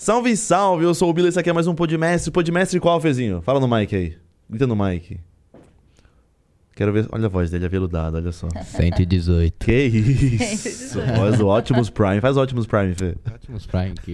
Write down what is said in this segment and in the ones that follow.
Salve, salve! Eu sou o Bila, esse aqui é mais um Podmestre. Podmestre qual, Fezinho? Fala no mic aí. Grita no mic. Quero ver... Olha a voz dele, aveludada, olha só. 118. Que isso? Voz do Optimus Prime. Faz o Optimus Prime, Fê. Optimus Prime aqui,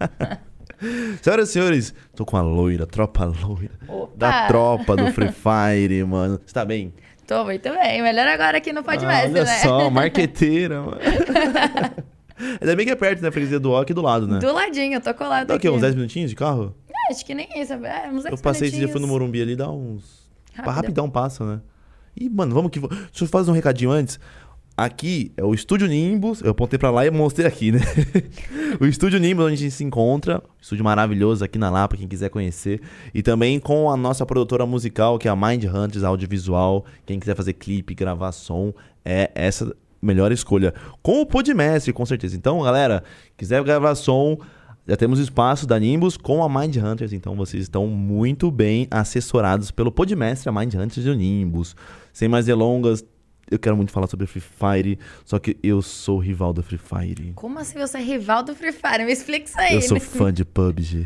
mano. Senhoras e senhores, tô com a loira, tropa loira. Opa! Da tropa do Free Fire, mano. Você tá bem? Tô muito bem. Melhor agora aqui no Podmestre, olha né? só, marqueteira, mano. Ainda bem que é perto, né? A freguesia do O aqui do lado, né? Do ladinho, tô colado Dá o aqui. quê? Uns 10 minutinhos de carro? Acho que nem isso. Uns 10 Eu passei esse dia, fui no minutinhos. Morumbi ali, dá uns... Rapidão. Rapidão passa, né? E, mano, vamos que... Deixa eu fazer um recadinho antes. Aqui é o Estúdio Nimbus. Eu apontei pra lá e mostrei aqui, né? O Estúdio Nimbus, onde a gente se encontra. Estúdio maravilhoso aqui na Lapa, quem quiser conhecer. E também com a nossa produtora musical, que é a Mind Hunters Audiovisual. Quem quiser fazer clipe, gravar som, é essa melhor escolha. Com o Podmestre, com certeza. Então, galera, quiser gravar som... Já temos espaço da Nimbus com a Mind Hunters, então vocês estão muito bem assessorados pelo Podmestre, a Mind Hunters e o Nimbus. Sem mais delongas, eu quero muito falar sobre Free Fire, só que eu sou rival do Free Fire. Como assim você é rival do Free Fire? Me explica isso aí. Eu sou né? fã de PUBG.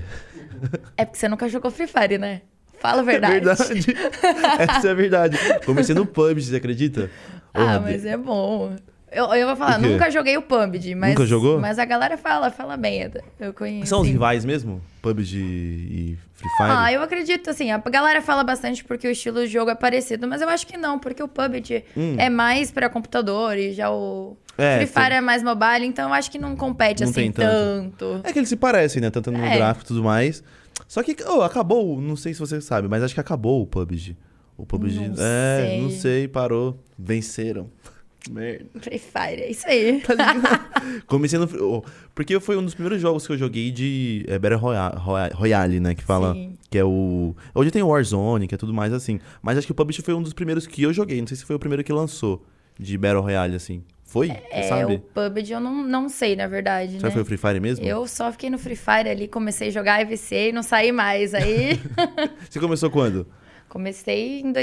É porque você nunca jogou Free Fire, né? Fala a verdade. É verdade. Essa é a verdade. Comecei no PUBG, você acredita? Ah, Ô, mas é bom. Eu vou falar, O quê? nunca joguei o PUBG, mas... Nunca jogou? Mas a galera fala bem, eu conheço. São os sim. rivais mesmo? PUBG e Free Fire? Ah, eu acredito, assim, a galera fala bastante porque o estilo de jogo é parecido, mas eu acho que não, porque o PUBG é mais pra computador e já o Free Fire é mais mobile, então eu acho que não compete Não tem assim tanto. É que eles se parecem, né? Tanto no gráfico e tudo mais. Só que acabou, não sei se você sabe, mas acho que acabou o PUBG. O PUBG, não sei, parou. Venceram. Merda. Free Fire, é isso aí. Tá ligado? Comecei no... Porque foi um dos primeiros jogos que eu joguei de Battle Royale, né? Que fala... Sim. Que é o... Hoje tem o Warzone, que é tudo mais assim. Mas acho que o PUBG foi um dos primeiros que eu joguei. Não sei se foi o primeiro que lançou de Battle Royale, assim. Foi? Você sabe? O PUBG eu não sei, na verdade, Você né? foi o Free Fire mesmo? Eu só fiquei no Free Fire ali, comecei a jogar e viciei, não saí mais. Aí Você começou quando? comecei em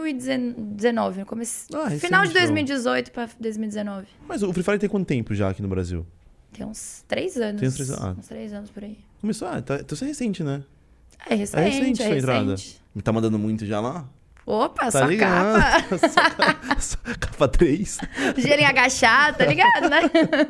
2019. Final de recente, 2018 pra 2019. Mas o Free Fire tem quanto tempo já aqui no Brasil? Tem uns 3 anos. Tem uns 3 anos. Uns 3 anos por aí. Começou? Então você é recente, né? É recente, sua entrada. Me tá mandando muito já lá? Opa, Tá só ligado? capa. Capa 3. Gênio agachado, tá ligado, né?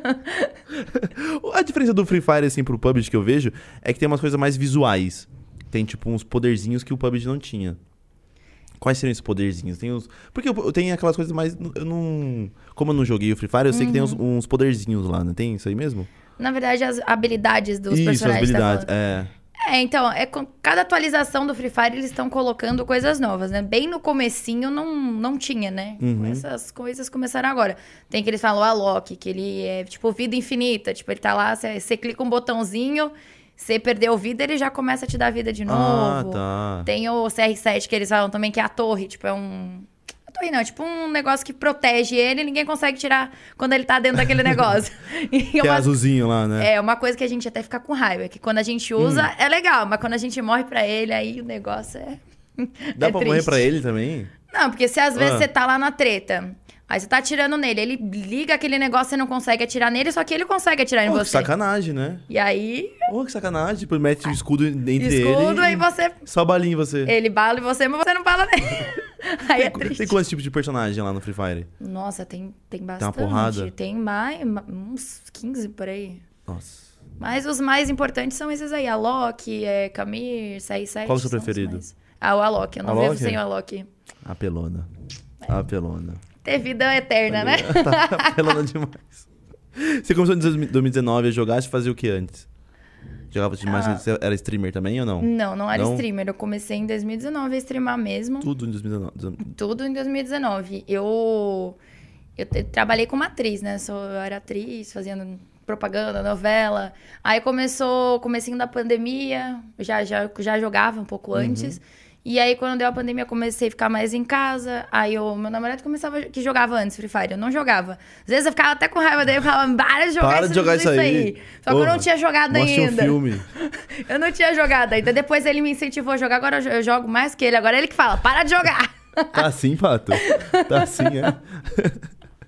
A diferença do Free Fire, assim, pro PUBG que eu vejo é que tem umas coisas mais visuais. Tem, tipo, uns poderzinhos que o PUBG não tinha. Quais seriam esses poderzinhos? Tem uns... Porque eu tenho aquelas coisas mais... Eu não... Como eu não joguei o Free Fire, eu sei que tem uns poderzinhos lá, né? Tem isso aí mesmo? Na verdade, as habilidades dos Isso, as personagens. habilidades, tá falando. Então, com cada atualização do Free Fire, eles estão colocando coisas novas, né? Bem no comecinho não tinha, né? Essas coisas começaram agora. Tem que eles falam o Alok, que ele é, tipo, vida infinita. Tipo, ele tá lá, você clica um botãozinho, você perdeu vida, ele já começa a te dar vida de novo. Tá. Tem o CR7, que eles falam também, que é a torre. Tipo, é um... A torre não, é tipo um negócio que protege ele e ninguém consegue tirar quando ele tá dentro daquele negócio. Que é azulzinho lá, né? É, uma coisa que a gente até fica com raiva, que quando a gente usa, é legal, mas quando a gente morre pra ele, aí o negócio é... Dá pra triste. morrer pra ele também? Não, porque se às vezes você tá lá na treta, aí você tá atirando nele, ele liga aquele negócio, você não consegue atirar nele, só que ele consegue atirar em Que você. sacanagem, né? E aí, Que sacanagem. Tipo, mete o escudo entre ele escudo, aí você... Só balinha em você. Ele bala em você, mas você não bala nele. Aí é triste. Tem quantos tipos de personagem lá no Free Fire? Nossa, tem bastante. uma porrada? Tem mais, uns 15 por aí. Nossa. Mas os mais importantes são esses aí. Alok, Camir, CR7. Qual o seu são os preferido? mais. O Alok. Eu não Alok? vivo sem o Alok. Apelona. Apelona. Ter vida eterna, né? Tá apelona demais. Você começou em 2019 a jogar, você fazia o que antes? Jogava demais, você era streamer também ou não? Não era streamer. Eu comecei em 2019 a streamar mesmo. Tudo em 2019. Tudo em 2019. Eu trabalhei como atriz, né? Eu era atriz, fazendo propaganda, novela. Aí comecinho da pandemia, já jogava um pouco antes. E aí, quando deu a pandemia, eu comecei a ficar mais em casa. Aí, meu namorado que jogava antes Free Fire. Eu não jogava. Às vezes, eu ficava até com raiva dele. Eu falava, para de jogar isso aí. Só que eu não tinha jogado ainda. Um filme. Eu não tinha jogado ainda. Depois, ele me incentivou a jogar. Agora, eu jogo mais que ele. Agora, ele que fala, para de jogar. Tá assim, Pato? Tá assim, é?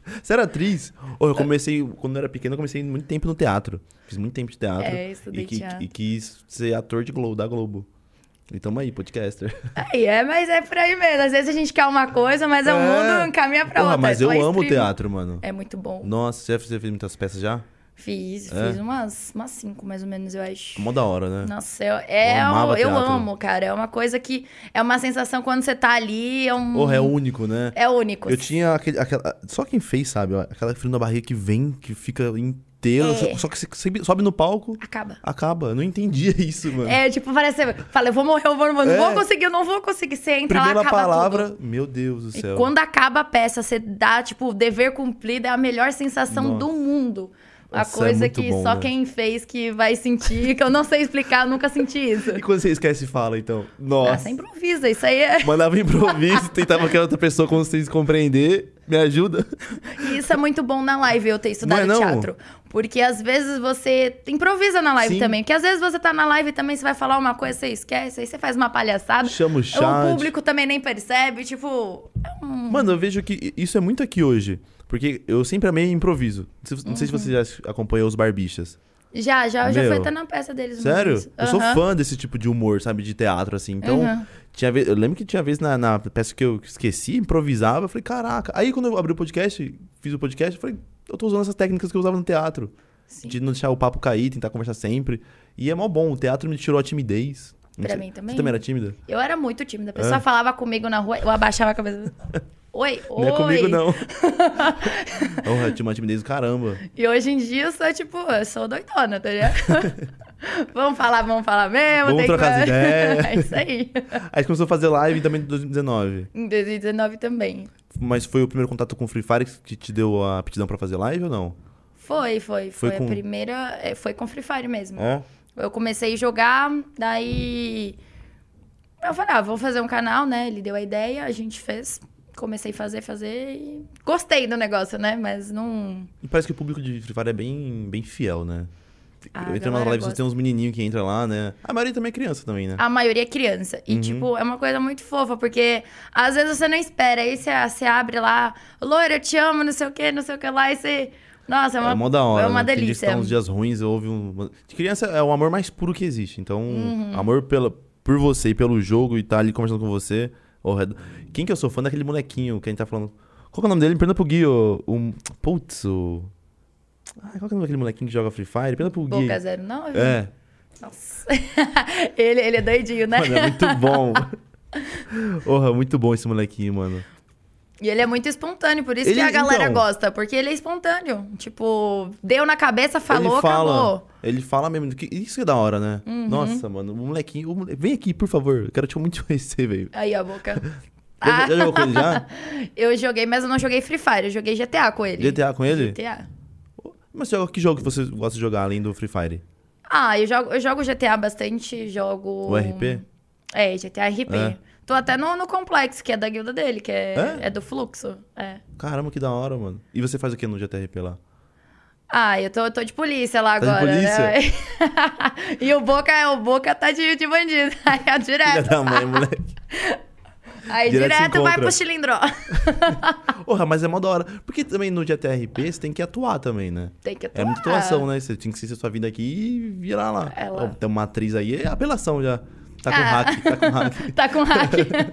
Você era atriz? Eu comecei, quando eu era pequeno, eu comecei muito tempo no teatro. Fiz muito tempo de teatro. Estudei teatro. E quis ser ator de Globo, da Globo. E tamo aí, podcaster. Mas é por aí mesmo. Às vezes a gente quer uma coisa, mas o mundo caminha pra outra. Mas eu amo teatro, mano. É muito bom. Nossa, você fez muitas peças já? Fiz umas 5, mais ou menos, eu acho. Mó da hora, né? Nossa, Eu eu amo, cara. É uma coisa que... É uma sensação quando você tá ali, é único, né? É único. Eu tinha aquela... Só quem fez, sabe? Ó, aquela frio na barriga que vem, que fica inteiro. Só que você sobe no palco... Acaba. Eu não entendia isso, mano. Tipo, parece... Fala, eu vou morrer, eu não vou conseguir. Você entra Primeira lá, acaba palavra, tudo. Meu Deus do céu. E quando acaba a peça, você dá, tipo, dever cumprido. É a melhor sensação do mundo. A coisa que bom, só né? quem fez que vai sentir, que eu não sei explicar, eu nunca senti isso. E quando você esquece e fala, então? Nossa. Você improvisa, isso aí é... Mandava improviso, tentava que a outra pessoa conseguisse compreender. Me ajuda. E isso é muito bom na live, eu ter estudado teatro. Porque às vezes você improvisa na live também. Porque às vezes você tá na live e também você vai falar uma coisa, você esquece, aí você faz uma palhaçada. Chama o chat. O público também nem percebe, tipo... Mano, eu vejo que isso é muito aqui hoje. Porque eu sempre amei improviso. Não sei se você já acompanhou os Barbichas. Já fui até na peça deles. Sério? Eu sou fã desse tipo de humor, sabe? De teatro, assim. Então, eu lembro que tinha vez na peça que eu esqueci, improvisava. Eu falei, caraca. Aí quando eu abri o podcast, fiz o podcast, eu falei, eu tô usando essas técnicas que eu usava no teatro. Sim. De não deixar o papo cair, tentar conversar sempre. E é mó bom. O teatro me tirou a timidez. Pra mim também. Você também era tímida? Eu era muito tímida. A pessoa falava comigo na rua, eu abaixava a cabeça. Oi. Não é comigo, não. Eu tinha uma timidez do caramba. E hoje em dia eu sou doidona, tá ligado? Vamos falar mesmo. Vamos trocar as ideias. É isso aí. Aí você começou a fazer live também em 2019. Em 2019 também. Mas foi o primeiro contato com o Free Fire que te deu a aptidão pra fazer live ou não? Foi com... a primeira... Foi com Free Fire mesmo. É? Eu comecei a jogar, daí... Eu falei, vou fazer um canal, né? Ele deu a ideia, a gente fez... Comecei a fazer e gostei do negócio, né? Mas não... E parece que o público de Free Fire é bem fiel, né? Eu entro nas lives, gosta. tem uns menininhos que entram lá, né? A maioria também é criança também, né? A maioria é criança. E, tipo, é uma coisa muito fofa, porque às vezes você não espera. Aí você abre lá, loira, eu te amo, não sei o que lá, e você... Nossa, é mó da hora, é uma né? delícia. Tem uns dias ruins, de criança é o amor mais puro que existe. Então, amor por você e pelo jogo e tá ali conversando com você... Quem que eu sou fã daquele molequinho que a gente tá falando? Qual que é o nome dele? Pergunta pro Gui, Putz, qual que é o nome daquele molequinho que joga Free Fire? Pergunta pro Gui. Boca 09? É. Nossa. ele é doidinho, né? Mano, é muito bom. Muito bom esse molequinho, mano. E ele é muito espontâneo, por isso que a galera gosta. Porque ele é espontâneo. Tipo, deu na cabeça, falou, acabou. Ele fala mesmo. Isso é da hora, né? Nossa, mano. O molequinho... Vem aqui, por favor. Eu quero te muito conhecer, velho. Aí, a boca. Já jogou com ele já? Eu joguei, mas eu não joguei Free Fire. Eu joguei GTA com ele. GTA com ele? GTA. Mas que jogo que você gosta de jogar além do Free Fire? Eu jogo GTA bastante. Jogo... O RP? É, GTA RP. É. Tô até no Complexo, que é da guilda dele, que é do Fluxo. É. Caramba, que da hora, mano. E você faz o que no GTRP lá? Eu tô de polícia lá tá agora. De polícia? Né? E o Boca tá de bandido. Aí é direto. Filha da mãe, moleque. Aí direto vai pro Chilindró. Mas é mó da hora. Porque também no GTRP você tem que atuar também, né? Tem que atuar. É muita atuação, né? Você tem que ser sua vida aqui e virar lá. Tem uma atriz aí, é apelação já. Tá com hack. Tá com hack.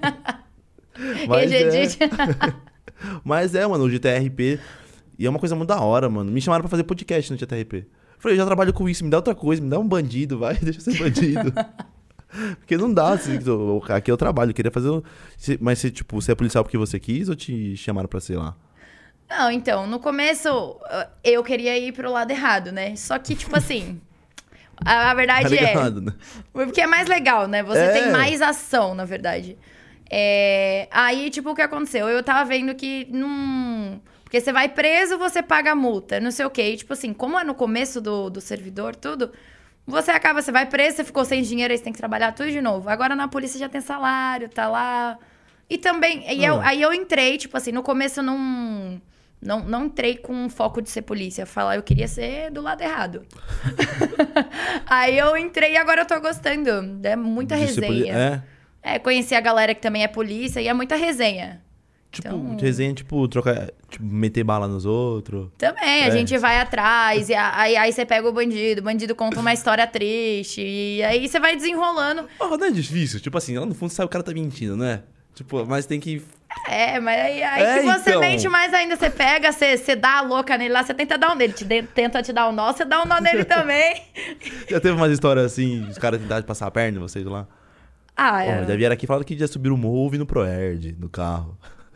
Mas mano, o GTRP... E é uma coisa muito da hora, mano. Me chamaram pra fazer podcast no GTRP. Falei, eu já trabalho com isso, me dá outra coisa, me dá um bandido, vai, deixa eu ser bandido. Porque não dá, assim, aqui é o trabalho, eu queria fazer... Mas você é policial porque você quis ou te chamaram pra ser lá? Não, então, no começo eu queria ir pro lado errado, né? Só que, tipo assim... A verdade errado, né? Porque é mais legal, né? Você tem mais ação, na verdade. Aí, tipo, o que aconteceu? Eu tava vendo que não... Porque você vai preso, você paga multa, não sei o quê. E, tipo assim, como é no começo do servidor, tudo... Você vai preso, você ficou sem dinheiro, aí você tem que trabalhar tudo de novo. Agora na polícia já tem salário, tá lá... E também... Aí eu entrei, tipo assim, no começo eu não entrei com foco de ser polícia. Eu queria ser do lado errado. Aí eu entrei e agora eu tô gostando. É muita resenha. Conheci a galera que também é polícia e é muita resenha. Tipo, Então- resenha, tipo, trocar, tipo, meter bala nos outros. Também, a gente vai atrás, e aí você pega o bandido conta uma história triste, e aí você vai desenrolando. Oh, não é difícil, tipo assim, lá no fundo sabe o cara tá mentindo, né? Tipo, mas tem que... Mas aí É, que você então. mente mais ainda, você pega, você dá a louca nele lá, você tenta dar um nele, tenta te dar um nó, você dá um nó nele também. Já teve umas histórias assim, os caras tentaram passar a perna, vocês lá? Pô, já vieram aqui e falaram que já subiram o morro ouvindo no Proerd, no carro.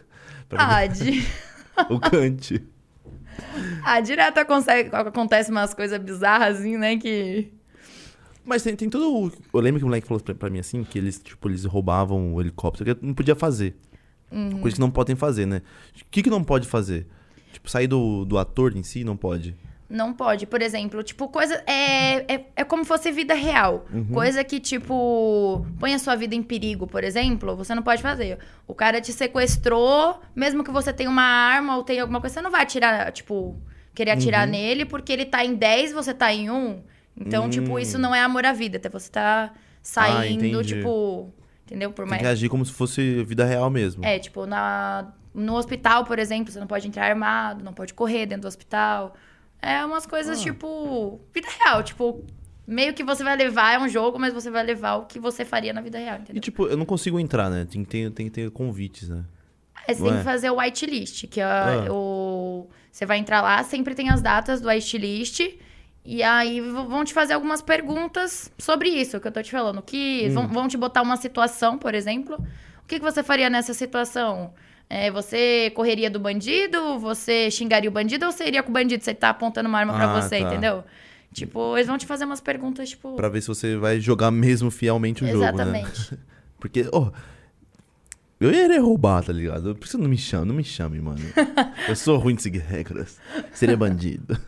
O Kant. Direto acontece umas coisas bizarras, assim, né, que... Mas tem todo... Eu lembro que o moleque falou pra mim assim, que eles, tipo, eles roubavam o helicóptero, que não podia fazer. Coisa que não podem fazer, né? O que não pode fazer? Tipo, sair do ator em si, não pode. Não pode, por exemplo, tipo, coisa... É como se fosse vida real. Coisa que, tipo, põe a sua vida em perigo, por exemplo, você não pode fazer. O cara te sequestrou, mesmo que você tenha uma arma ou tenha alguma coisa, você não vai atirar, tipo, querer atirar nele porque ele tá em 10 e você tá em 1. Então, tipo, isso não é amor à vida. Até você tá saindo, entendi. tipo... Entendeu? Por Tem mais... que agir como se fosse vida real mesmo. tipo, no hospital, por exemplo, você não pode entrar armado, não pode correr dentro do hospital. É umas coisas, tipo, vida real. Tipo, meio que você vai levar, é um jogo, mas você vai levar o que você faria na vida real, E entendeu? tipo, eu não consigo entrar, né? Tem que ter convites, né? Aí você não tem é? que fazer o whitelist, que é você vai entrar lá, sempre tem as datas do whitelist, e aí vão te fazer algumas perguntas sobre isso que eu tô te falando. Vão te botar uma situação, por exemplo. O que você faria nessa situação? Você correria do bandido? Você xingaria o bandido? Ou você iria com o bandido? Você tá apontando uma arma pra você, tá. entendeu? Tipo, eles vão te fazer umas perguntas, tipo... Pra ver se você vai jogar mesmo fielmente o jogo, né? Exatamente. Porque, eu iria roubar, tá ligado? Por isso não me chame, mano. Eu sou ruim de seguir regras. Seria bandido.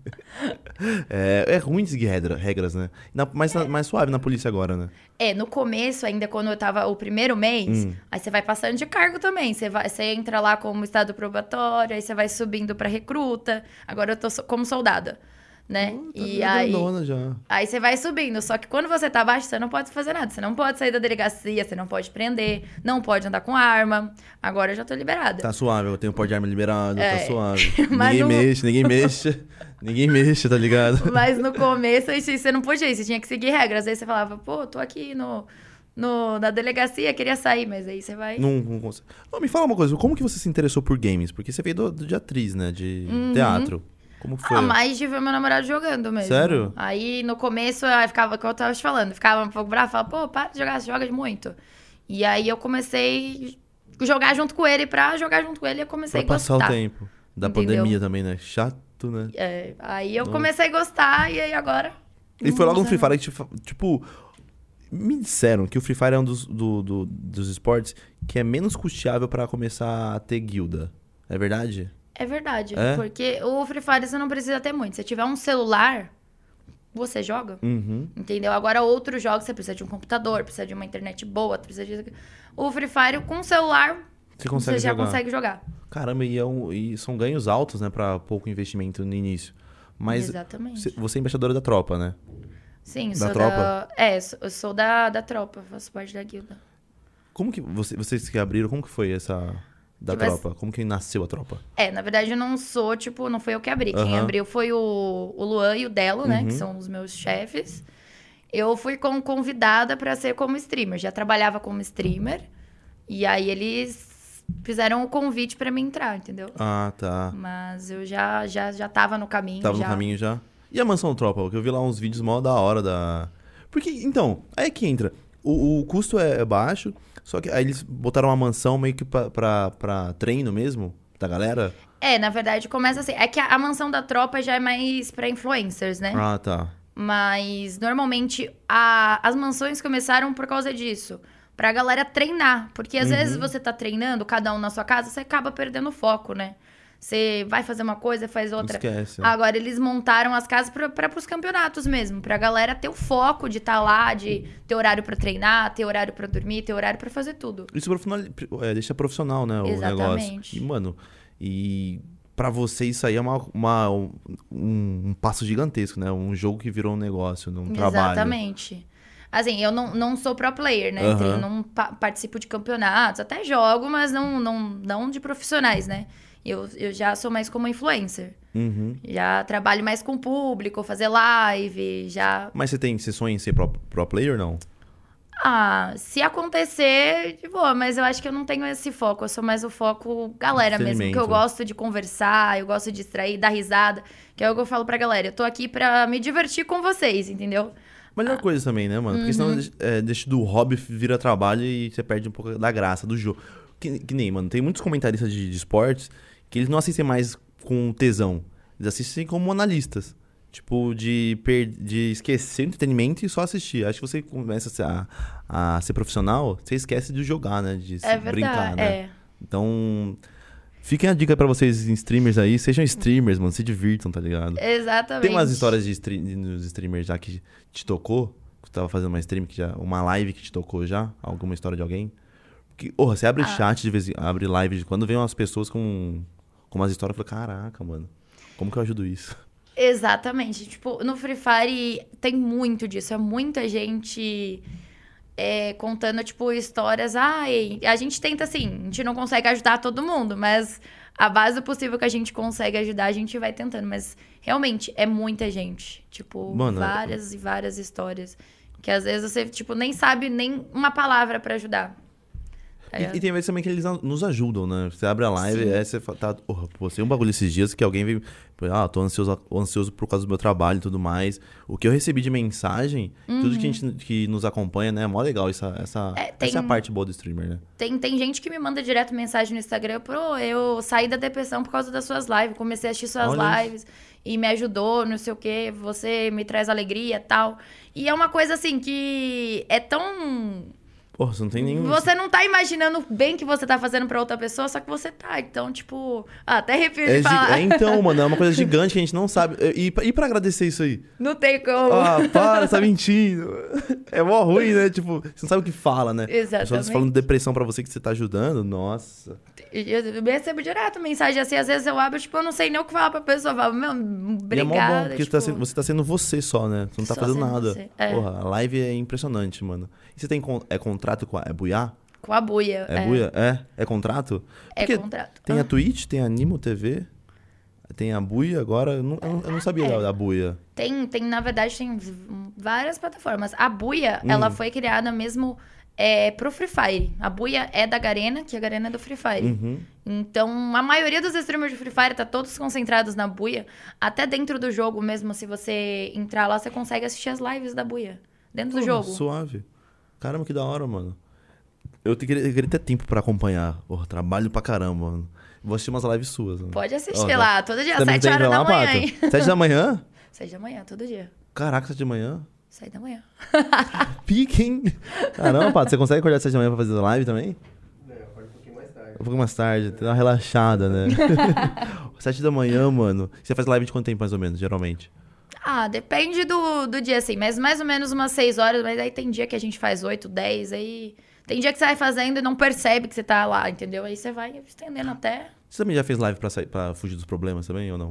É ruim de seguir regras, né? Mais suave na polícia agora, né? No começo, ainda quando eu tava o primeiro mês, aí você vai passando de cargo também. Você entra lá como estado probatório, aí você vai subindo pra recruta. Agora eu tô como soldada, né? Tá E aí grandona já. você vai subindo. Só que quando você tá abaixo, você não pode fazer nada. Você não pode sair da delegacia, você não pode prender, não pode andar com arma. Agora eu já tô liberada. Tá suave, eu tenho porte de arma liberado, tá suave. Mas Ninguém mexe. Ninguém mexe, tá ligado? Mas no começo, você não podia ir, você tinha que seguir regras. Aí você falava, pô, tô aqui na delegacia, queria sair, mas aí você vai... Não consegue. Me fala uma coisa, como que você se interessou por games? Porque você veio de atriz, né? De teatro. Como que foi? Mais de ver meu namorado jogando mesmo. Sério? Aí no começo, eu ficava, como eu tava te falando, ficava um pouco bravo, falava, pô, para de jogar, você joga muito. E aí eu comecei a jogar junto com ele, pra jogar junto com ele eu comecei Pra a passar gostar. o tempo. Da Entendeu? pandemia também, né? Chato, né? Aí eu comecei a gostar, e aí agora... E foi logo no Free Fire que, tipo... Me disseram que o Free Fire é um dos esportes que é menos custeável pra começar a ter guilda. É verdade? É verdade, É? porque o Free Fire você não precisa ter muito. Se tiver um celular, você joga, entendeu? Agora, outros jogos você precisa de um computador, precisa de uma internet boa, precisa de... O Free Fire, com o celular, Você já jogar. consegue jogar. Caramba, e são ganhos altos, né? Pra pouco investimento no início. Mas Exatamente. você é embaixadora da tropa, né? Sim, Da sou tropa? eu sou da tropa, faço parte da guilda. Como que... Vocês que abriram, como que foi essa... Da Tipo, tropa? Como que nasceu a tropa? Na verdade eu não sou, tipo, não foi eu que abri. Quem Aham. abriu foi o Luan e o Delo, né? Que são os meus chefes. Eu fui convidada pra ser como streamer. Já trabalhava como streamer. E aí eles fizeram o convite pra mim entrar, entendeu? Ah, tá. Mas eu já tava no caminho. Tava no caminho já. E a mansão tropa? Porque eu vi lá uns vídeos mó da hora da... Porque, então, aí é que entra. O custo é baixo, só que aí eles botaram uma mansão meio que pra treino mesmo, da galera. Na verdade começa assim. É que a mansão da tropa já é mais pra influencers, né? Ah, tá. Mas, normalmente, as mansões começaram por causa disso. Pra galera treinar. Porque, às vezes, você tá treinando, cada um na sua casa, você acaba perdendo o foco, né? Você vai fazer uma coisa, faz outra. Esquece. Agora, eles montaram as casas para os campeonatos mesmo. Pra galera ter o foco de estar lá, de ter horário pra treinar, ter horário pra dormir, ter horário pra fazer tudo. Isso deixa profissional, né, o Exatamente. negócio. E, mano, pra você isso aí é um passo gigantesco, né? Um jogo que virou um negócio, um trabalho. Exatamente. Assim, eu não sou pro player, né? Aham. Eu não participo de campeonatos, até jogo, mas não de profissionais, né? Eu já sou mais como influencer. Uhum. Já trabalho mais com o público, fazer live, já... Mas você sonha em ser pro player ou não? Ah, se acontecer, de boa, mas eu acho que eu não tenho esse foco. Eu sou mais o foco galera mesmo, que eu Entretenimento. gosto de conversar, eu gosto de distrair, dar risada, que é o que eu falo pra galera. Eu tô aqui pra me divertir com vocês, entendeu? Melhor coisa também, né, mano? Porque senão deixa do hobby vira trabalho e você perde um pouco da graça do jogo. Que nem, mano, tem muitos comentaristas de esportes que eles não assistem mais com tesão. Eles assistem como analistas. Tipo, de esquecer o entretenimento e só assistir. Acho que você começa a ser profissional, você esquece de jogar, né? De É verdade, brincar, né? é. Então, fiquem a dica pra vocês, streamers aí. Sejam streamers, mano. Se divirtam, tá ligado? Exatamente. Tem umas histórias dos streamers já que te tocou? Que tu tava fazendo uma stream, uma live que te tocou já? Alguma história de alguém? Porque, você abre chat de vez em abre live de quando vem umas pessoas com umas histórias, eu falo, caraca, mano. Como que eu ajudo isso? Exatamente. Tipo, no Free Fire tem muito disso. É muita gente contando, tipo, histórias. Ai, a gente tenta, assim, a gente não consegue ajudar todo mundo, mas a base do possível que a gente consegue ajudar, a gente vai tentando. Mas, realmente, é muita gente. Tipo, Mano, várias e várias histórias. Que, às vezes, você, tipo, nem sabe nem uma palavra pra ajudar. E tem vezes também que eles nos ajudam, né? Você abre a live e aí você fala, tá, postei um bagulho esses dias que alguém veio, tô ansioso por causa do meu trabalho e tudo mais. O que eu recebi de mensagem, tudo que nos acompanha, né? É mó legal essa é a parte boa do streamer, né? Tem gente que me manda direto mensagem no Instagram, eu saí da depressão por causa das suas lives, comecei a assistir suas Olha lives e me ajudou, não sei o quê, você me traz alegria e tal. E é uma coisa assim que é tão... Porra, você não tem nenhum... Você não tá imaginando o bem que você tá fazendo pra outra pessoa, só que você tá. Então, tipo... até arrepio de falar. Então, mano, é uma coisa gigante que a gente não sabe. E pra agradecer isso aí? Não tem como. Para, você tá mentindo. É mó ruim, né? Tipo, você não sabe o que fala, né? Exatamente. Pessoas falando de depressão pra você que você tá ajudando, nossa. Eu recebo direto mensagem assim, às vezes eu abro, tipo, eu não sei nem o que falar pra pessoa. Eu falo, meu, obrigada. E é mó bom, porque tipo... você tá sendo você só, né? Você não tá Só fazendo sendo nada. você, é. Porra, a live é impressionante, mano. E você tem contrato com a Buiá? Com a buia. É Buia? É contrato? É Porque contrato. tem a Twitch, tem a Animo TV, tem a Buia agora. Eu não sabia da Buia. Na verdade, tem várias plataformas. A Buia, ela foi criada mesmo pro Free Fire. A Buia é da Garena, que a Garena é do Free Fire. Uhum. Então, a maioria dos streamers de Free Fire tá todos concentrados na Buia. Até dentro do jogo mesmo, se você entrar lá, você consegue assistir as lives da Buia. Dentro do jogo. Suave. Caramba, que da hora, mano. Eu queria ter tempo pra acompanhar. Trabalho pra caramba, mano. Vou assistir umas lives suas. Mano. Pode assistir lá, todo dia, Também 7 horas da manhã, Pato? hein? 7 da manhã? 7 da manhã, todo dia. Caraca, 7 da manhã? 7 da manhã. Pique, hein? Caramba, Pato, você consegue acordar 7 da manhã pra fazer live também? Não, eu acordo um pouquinho mais tarde. Um pouco mais tarde, tem uma relaxada, né? 7 da manhã, mano. Você faz live de quanto tempo, mais ou menos, geralmente? Depende do dia, assim. Mas mais ou menos umas 6 horas. Mas aí tem dia que a gente faz 8, 10. Aí tem dia que você vai fazendo e não percebe que você tá lá, entendeu? Aí você vai estendendo até... Você também já fez live pra fugir dos problemas também, ou não?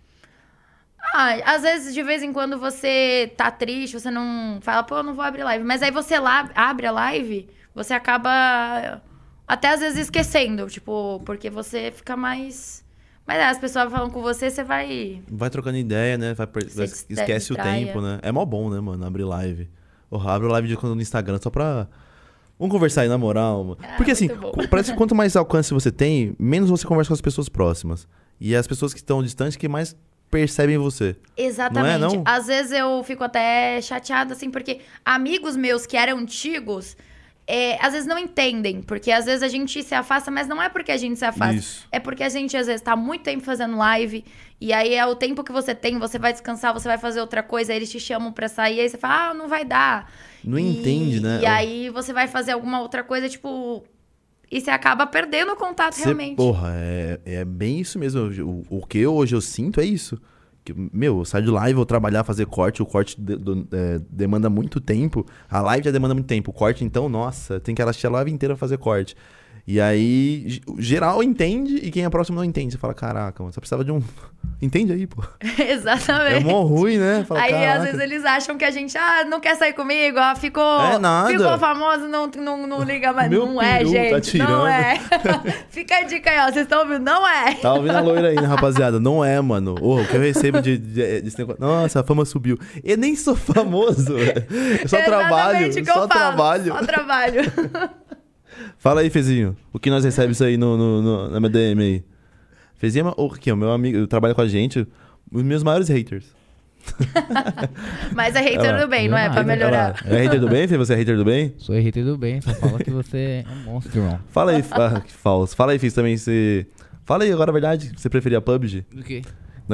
Às vezes, de vez em quando, você tá triste, você não... Fala, pô, eu não vou abrir live. Mas aí você abre a live, você acaba... Até às vezes esquecendo, tipo... Porque você fica mais... Mas as pessoas falam com você, você vai... Vai trocando ideia, né? Esquece o tempo, né? É mó bom, né, mano? Abrir live. Abre live de quando no Instagram só pra... Vamos conversar aí, na moral, mano. Porque assim, parece que quanto mais alcance você tem, menos você conversa com as pessoas próximas. E as pessoas que estão distantes que mais percebem você. Exatamente. Não é, não? Às vezes eu fico até chateada, assim, porque amigos meus que eram antigos... às vezes não entendem, porque às vezes a gente se afasta, mas não é porque a gente se afasta. Isso. É porque a gente, às vezes, tá muito tempo fazendo live, e aí é o tempo que você tem, você vai descansar, você vai fazer outra coisa, aí eles te chamam pra sair, aí você fala, não vai dar. Não entende, né? E aí você vai fazer alguma outra coisa, tipo... E você acaba perdendo o contato, realmente. Porra, é bem isso mesmo. O que hoje eu sinto é isso. Que, eu saio de live, vou trabalhar, fazer corte. O corte demanda muito tempo. A live já demanda muito tempo. O corte, então, nossa, tem que assistir a live inteira pra fazer corte. E aí, geral entende e quem é próximo não entende. Você fala, caraca, mano, você precisava de um... Entende aí, pô. Exatamente. É mó ruim, né? Fala, Aí, caraca. às vezes, eles acham que a gente, não quer sair comigo, ficou nada. ficou famoso, não liga mais. Meu Não é, peru tá gente, tirando. não é. Fica a dica aí, ó, vocês estão ouvindo? Não é. Tá ouvindo a loira aí, né, rapaziada? Não é, mano. O que eu recebo desse negócio... Nossa, a fama subiu. Eu nem sou famoso, velho. Eu só trabalho, Exatamente o que eu só falo, trabalho. Só trabalho. Fala aí, Fezinho. O que nós recebemos aí na minha DM aí? Fezinho é aqui, o meu amigo, trabalha com a gente, os meus maiores haters. Mas é hater do bem, não é? Pra Olha lá. melhorar. É hater do bem, Fê? Você é hater do bem? Sou hater do bem, só fala que você é um monstro, irmão. Fala aí, que falso. Fala aí, Fê, também você... Fala aí agora a verdade, você preferia PUBG? Do quê?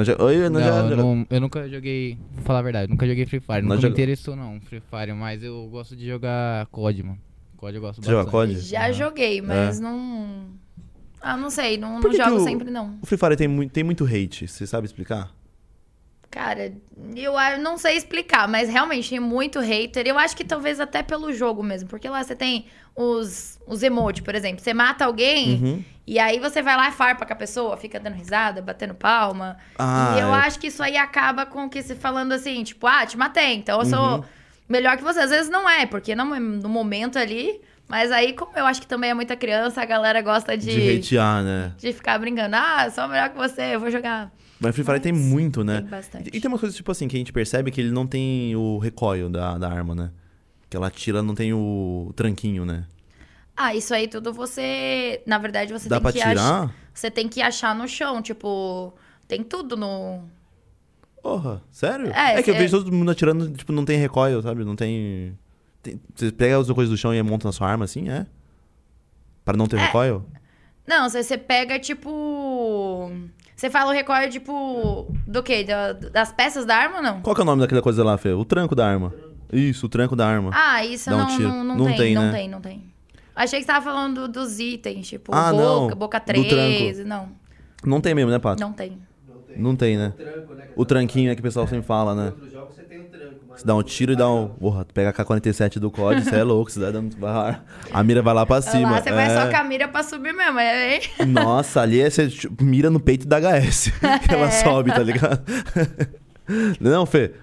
Eu Eu nunca joguei, vou falar a verdade, nunca joguei Free Fire. Não Nunca joga- me interessou não, Free Fire, mas eu gosto de jogar COD, mano. COD eu gosto Você joga bastante. COD? Já joguei, mas É. não... não sei, não Por que jogo que o- sempre, não. O Free Fire tem muito hate, você sabe explicar? Cara, eu não sei explicar, mas realmente tem muito hater. Eu acho que talvez até pelo jogo mesmo. Porque lá você tem os emotes, por exemplo. Você mata alguém Uhum. e aí você vai lá e farpa com a pessoa, fica dando risada, batendo palma. Ah, e eu é. acho que isso aí acaba com que se falando assim, tipo, te matei, então eu sou Uhum. melhor que você. Às vezes não é, porque não é no momento ali. Mas aí, como eu acho que também é muita criança, a galera gosta De hatear, né? de ficar brincando. Eu sou melhor que você, eu vou jogar. Mas Free Fire tem muito, né? Tem bastante. E tem uma coisa, tipo assim, que a gente percebe que ele não tem o recoil da arma, né? Que ela tira, não tem o tranquinho, né? Isso aí tudo você... Na verdade, você Dá tem pra que tirar? Você tem que achar no chão, tipo... Tem tudo no... Porra, sério? É, que eu é- vejo todo mundo atirando, tipo, não tem recoil, sabe? Não tem... Você pega as coisas do chão e monta na sua arma, assim, é? Pra não ter recoil? Não, você pega, tipo... Você fala o recoil, tipo... Do quê? Das peças da arma ou não? Qual que é o nome daquela coisa lá, Fê? O tranco da arma. Isso, o tranco da arma. Isso Dá um não, tiro. não, Não tem, tem, não né? tem, não tem. Achei que você tava falando dos itens, tipo... Não, boca do 13, não. Não tem mesmo, né, Pato? Não tem. Não tem, né? Tranco, né? O tranquinho é que o pessoal sempre fala, Em né? outros jogos você tem um tranco, mas Você dá um tiro e dá um... Porra, tu pega a K-47 do COD, você é louco, você dá dando... A mira vai lá pra cima. Lá você vai É. só com a mira pra subir mesmo, hein? Nossa, ali você tipo, mira no peito da HS. Que ela sobe, tá ligado? Não, Fê?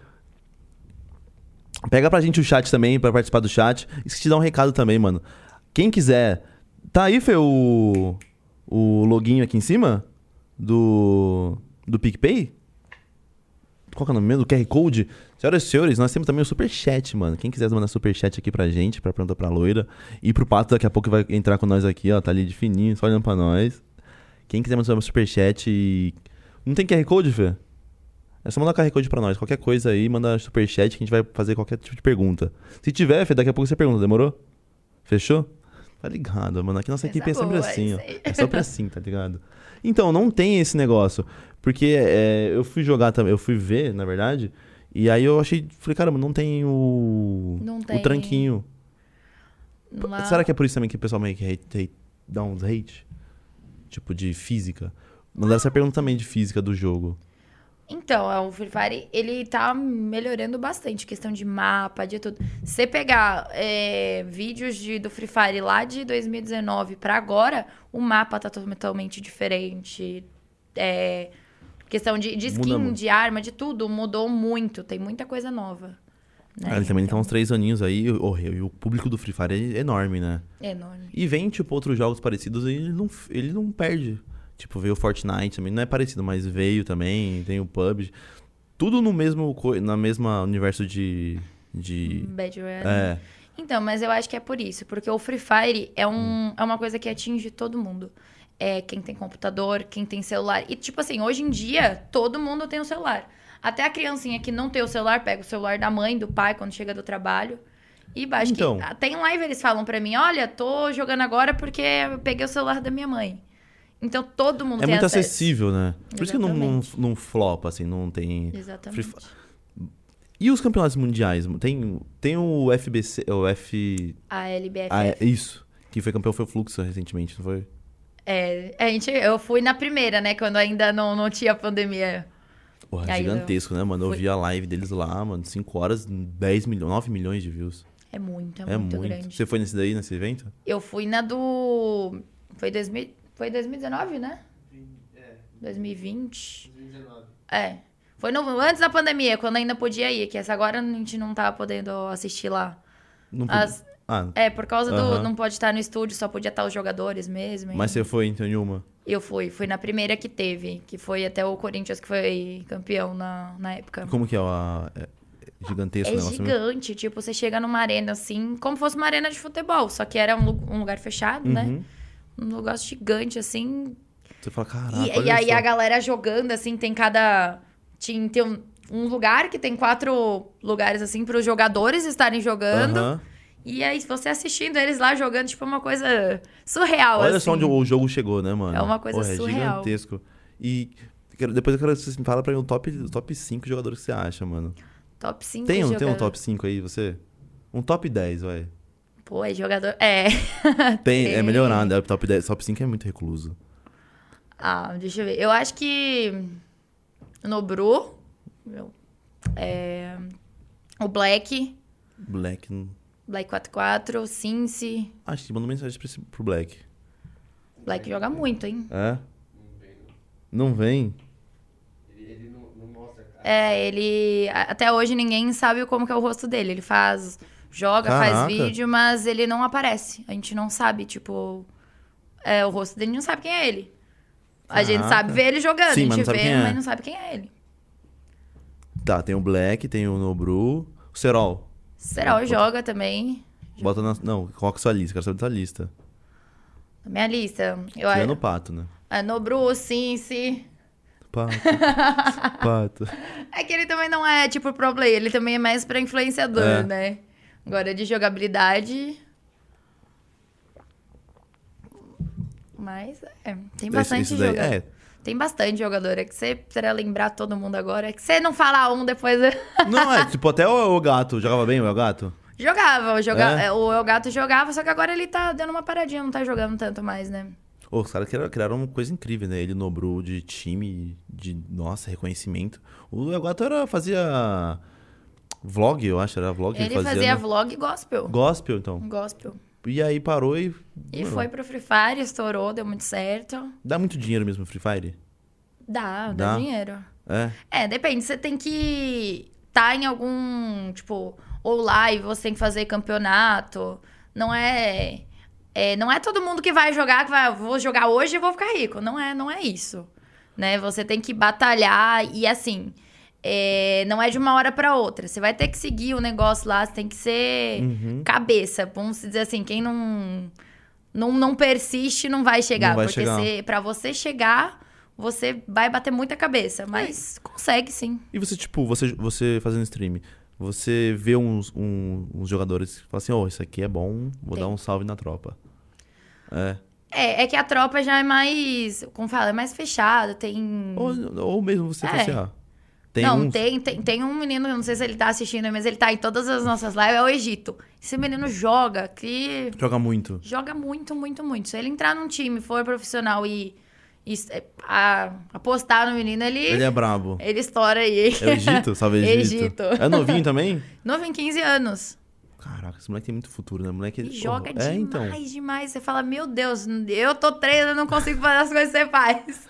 Pega pra gente o chat também, pra participar do chat. Esqueci de dar um recado também, mano. Quem quiser... Tá aí, Fê, o loginho aqui em cima? Do PicPay? Qual que é o nome mesmo? Do QR Code? Senhoras e senhores, nós temos também o Superchat, mano. Quem quiser mandar Superchat aqui pra gente, pra perguntar pra loira. E pro Pato daqui a pouco vai entrar com nós aqui, ó. Tá ali de fininho, só olhando pra nós. Quem quiser mandar um Superchat e... Não tem QR Code, Fê? É só mandar QR Code pra nós. Qualquer coisa aí, manda Superchat que a gente vai fazer qualquer tipo de pergunta. Se tiver, Fê, daqui a pouco você pergunta. Demorou? Fechou? Tá ligado, mano. Aqui nossa Essa equipe é sempre boa, assim, ó. isso aí. É sempre assim, tá ligado? Então, não tem esse negócio. Porque eu fui jogar também, eu fui ver, na verdade, e aí eu achei, falei, caramba, não tem Não o tem. tranquinho. Lá- Será que é por isso também que o pessoal meio que dá uns hate? Tipo, de física? Mandaram essa pergunta também de física do jogo. Então, o Free Fire, ele tá melhorando bastante, questão de mapa, de tudo. Se você pegar vídeos do Free Fire lá de 2019 pra agora, o mapa tá totalmente diferente. Questão de Muda skin, muito. de arma, de tudo, mudou muito. Tem muita coisa nova. Né? Ele também tá Então, uns 3 aninhos aí, e o público do Free Fire é enorme, né? é enorme. E vem, tipo, outros jogos parecidos e ele não perde. Tipo, veio o Fortnite também, não é parecido, mas veio também, tem o PUBG. Tudo no mesmo, na mesma universo de... Bad Royale. É. Então, mas eu acho que é por isso. Porque o Free Fire é uma coisa que atinge todo mundo. É quem tem computador, quem tem celular. E, tipo assim, hoje em dia, todo mundo tem um celular. Até a criancinha que não tem o celular, pega o celular da mãe, do pai, quando chega do trabalho. E baixa. Então. Até em live eles falam pra mim, olha, tô jogando agora porque eu peguei o celular da minha mãe. Então, todo mundo É tem muito acesso. acessível, né? Por isso que Exatamente. não flopa, assim, não tem... Exatamente. Free E os campeonatos mundiais? Tem o FBC, o F... A LBFF. Isso. Que foi campeão, foi o Fluxo recentemente, não foi? Eu fui na primeira, né? Quando ainda não tinha pandemia. Porra, Aí gigantesco, né, mano? Eu fui. vi a live deles lá, mano, 5 horas, 10 milhões, 9 milhões de views. É muito É muito. grande. Você foi nesse evento? Eu fui na do Foi 2019, né? É, 2020. 2019. É. Foi antes da pandemia, quando ainda podia ir, que essa agora a gente não tá podendo assistir lá. Não podia. As- Ah, por causa do Aham. não pode estar no estúdio, só podia estar os jogadores mesmo. mas você foi então em uma? Eu fui na primeira que teve, que foi até o Corinthians que foi campeão na época. Como que é? É gigantesco É o negócio mesmo? gigante, tipo, você chega numa arena assim, como fosse uma arena de futebol, só que era um lugar fechado, né? Uhum. Um negócio gigante, assim. Você fala, caraca, E olha aí só. a galera jogando, assim, tem tem um lugar que tem 4 lugares, assim, para os jogadores estarem jogando. Aham. E aí, você assistindo eles lá jogando, tipo, é uma coisa surreal, Olha assim. só onde o jogo chegou, né, mano? É uma coisa Porra, surreal. É gigantesco. E depois eu quero que você me fala pra mim o top 5 jogadores que você acha, mano. Top 5 Tem um jogador. top 5 aí, você? Um top 10, vai. Pô, é jogador... É. É melhorado, o top 10. Top 5 é muito recluso. Ah, deixa eu ver. Eu acho que no Bru, o Black 44, Cincy. Acho que mandou mensagem pro Black. Black joga muito, hein? É? Não vem? Ele não mostra, cara. Até hoje ninguém sabe como que é o rosto dele. Ele joga, faz Caraca. vídeo, mas ele não aparece. A gente não sabe, tipo... o rosto dele não sabe quem é ele. A gente Caraca. sabe ver ele jogando. Sim, a mas gente não sabe vê, quem é. mas não sabe quem é ele. Tá, tem o Black, tem o Nobru. O Serol. Serol joga também. Bota na. Não, coloca sua lista, quero saber da sua lista. Na minha lista. Tirando o Pato, né? Nobru, Cincy. Pato. Pato. É que ele também não é, tipo, pro player. Ele também é mais pra influenciador, É. né? Agora, de jogabilidade... Mas, tem bastante Esse daí, jogador. Tem bastante jogador. É que você precisa lembrar todo mundo agora. É que você não fala um depois... Não, tipo, até o Gato. Jogava bem o El Gato? Jogava. É? O El Gato jogava, só que agora ele tá dando uma paradinha. Não tá jogando tanto mais, né? Ô, os caras criaram uma coisa incrível, né? Ele Nobru de time, nossa, reconhecimento. O El Gato fazia vlog, eu acho. Era vlog que Ele ele fazia né? vlog gospel. Gospel, então. Gospel. E aí parou e... E Mano, foi pro Free Fire, estourou, deu muito certo. Dá muito dinheiro mesmo no Free Fire? Dá Dá? dinheiro. É. Depende. Você tem que estar em algum, tipo, ou live, você tem que fazer campeonato. Não é todo mundo que vai jogar, vou jogar hoje e vou ficar rico. Não é isso. Né? Você tem que batalhar e assim, não é de uma hora pra outra. Você vai ter que seguir o negócio lá, você tem que ser Uhum. cabeça. Vamos dizer assim, quem não persiste não vai chegar. Não vai porque chegar. Pra você chegar, você vai bater muita cabeça. Mas consegue sim. E você, tipo, você fazendo stream, você vê uns jogadores que falam assim, isso aqui é bom, vou Tem. dar um salve na tropa. É. É que a tropa já é mais, como fala, é mais fechada, tem... Ou mesmo você fala assim, tem não, uns... tem um menino, eu não sei se ele tá assistindo, mas ele tá em todas as nossas lives, é o Egito. Esse menino joga Joga muito. joga muito, muito, muito. Se ele entrar num time, for profissional e apostar no menino, Ele é brabo. ele estoura aí. É o Egito? Salve Egito. Egito. É novinho também? Novo em 15 anos. Caraca, esse moleque tem muito futuro, né? Moleque, E joga Porra, demais, demais. Você fala, meu Deus, eu tô treinando, eu não consigo fazer as coisas que você faz.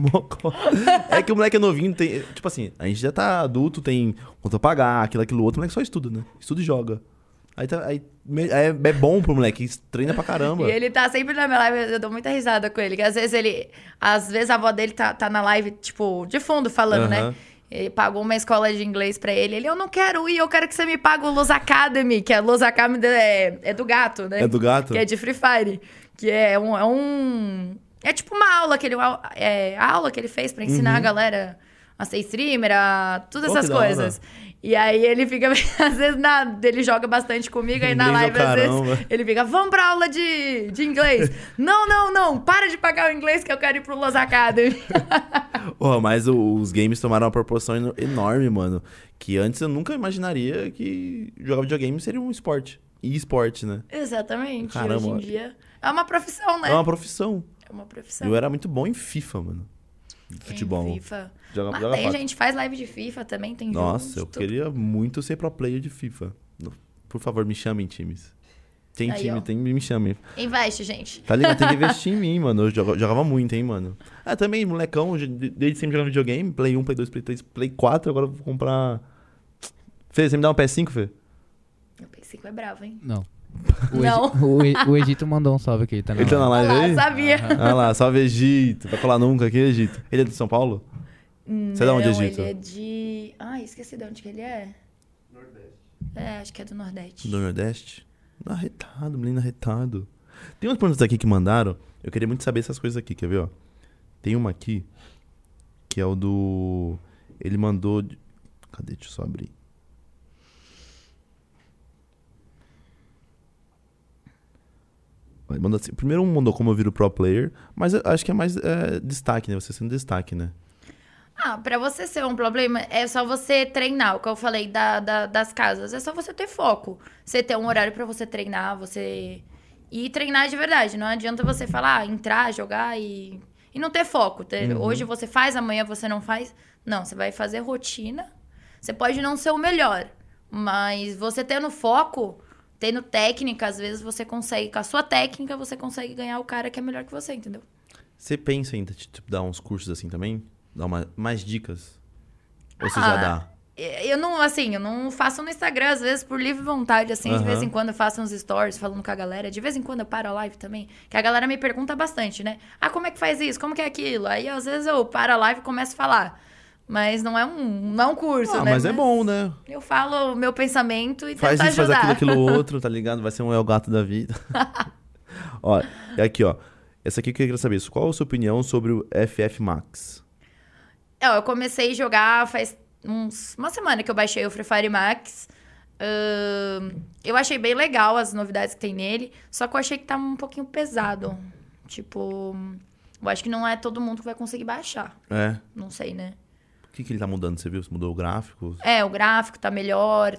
É que o moleque é novinho, tem. Tipo assim, a gente já tá adulto, tem conta a pagar, aquilo outro, o moleque só estuda, né? Estuda e joga. Aí é bom pro moleque, treina pra caramba. E ele tá sempre na minha live, eu dou muita risada com ele. Que às vezes a avó dele tá na live, tipo, de fundo falando, Aham. né? Ele pagou uma escola de inglês pra ele. Eu não quero ir, eu quero que você me pague o Luz Academy, que a Luz Academy é do gato, né? É do gato? Que é de Free Fire. Que é tipo uma aula a aula que ele fez pra ensinar a galera a ser streamer, todas Pô, essas que da hora. coisas. E aí ele fica, às vezes, ele joga bastante comigo, aí na Inglês é o live, às caramba. vezes, ele fica, vamos pra aula de inglês. Não, para de pagar o inglês que eu quero ir pro Los Academy. Porra, mas os games tomaram uma proporção enorme, mano. Que antes eu nunca imaginaria que jogar videogame seria um esporte. E esporte, né? Exatamente. Caramba. Hoje em dia é uma profissão, né? É uma profissão. É uma profissão. Eu era muito bom em FIFA, mano. Futebol. Em FIFA. Joga Mas tem fácil. gente faz live de FIFA também, tem jogo Nossa, de eu tudo. queria muito ser pro player de FIFA. Por favor, me chamem, times. Tem Aí, time, ó. tem, me chame. Investe, gente. Tá ligado? Tem que investir em mim, mano. Eu jogava muito, hein, mano. Ah, também, molecão, desde sempre jogando videogame. Play 1, Play 2, Play 3, Play 4. Agora eu vou comprar... Fê, você me dá um PS5, Fê? O PS5 é bravo, hein? Não. Não. O Egito mandou um salve aqui, tá na Ele tá na live. live aí? Sabia. Ah lá, salve Egito. Vai colar nunca aqui, Egito. Ele é de São Paulo? Você é de onde, Não, Egito? ele é de... Ai, esqueci de onde que ele é. Nordeste. É, acho que é do Nordeste. Do Nordeste? Arretado, menino arretado. Tem umas perguntas aqui que mandaram. Eu queria muito saber essas coisas aqui, quer ver, ó? Tem uma aqui, que é o do... Ele mandou... Cadê? Deixa eu só abrir. Ele mandou assim, primeiro um mandou como eu viro pro player, mas eu acho que é mais destaque, né? Você sendo destaque, né? Ah, pra você ser um problema, é só você treinar, o que eu falei das casas. É só você ter foco. Você ter um horário pra você treinar, você... E treinar de verdade. Não adianta você falar, entrar, jogar e não ter foco. Hoje você faz, amanhã você não faz. Não, você vai fazer rotina. Você pode não ser o melhor, mas você tendo foco, tendo técnica, às vezes você consegue, com a sua técnica, você consegue ganhar o cara que é melhor que você, entendeu? Você pensa em tipo, dar uns cursos assim também? Dar mais dicas? Ou você já dá? Eu não faço no Instagram, às vezes, por livre vontade, assim. De vez em quando eu faço uns stories falando com a galera. De vez em quando eu paro a live também. Que a galera me pergunta bastante, né? Ah, como é que faz isso? Como que é aquilo? Aí, às vezes, eu paro a live e começo a falar. Mas não é um curso, né? Mas é bom, né? Eu falo o meu pensamento e Faz tento isso, ajudar. faz aquilo outro, tá ligado? Vai ser um El Gato da vida. Ó, e aqui, ó. Essa aqui que eu queria saber. Qual a sua opinião sobre o FF Max? Eu comecei a jogar faz uma semana que eu baixei o Free Fire Max. Eu achei bem legal as novidades que tem nele. Só que eu achei que tá um pouquinho pesado. Tipo, eu acho que não é todo mundo que vai conseguir baixar. É. Não sei, né? O que ele tá mudando? Você viu? Você mudou o gráfico? O gráfico tá melhor,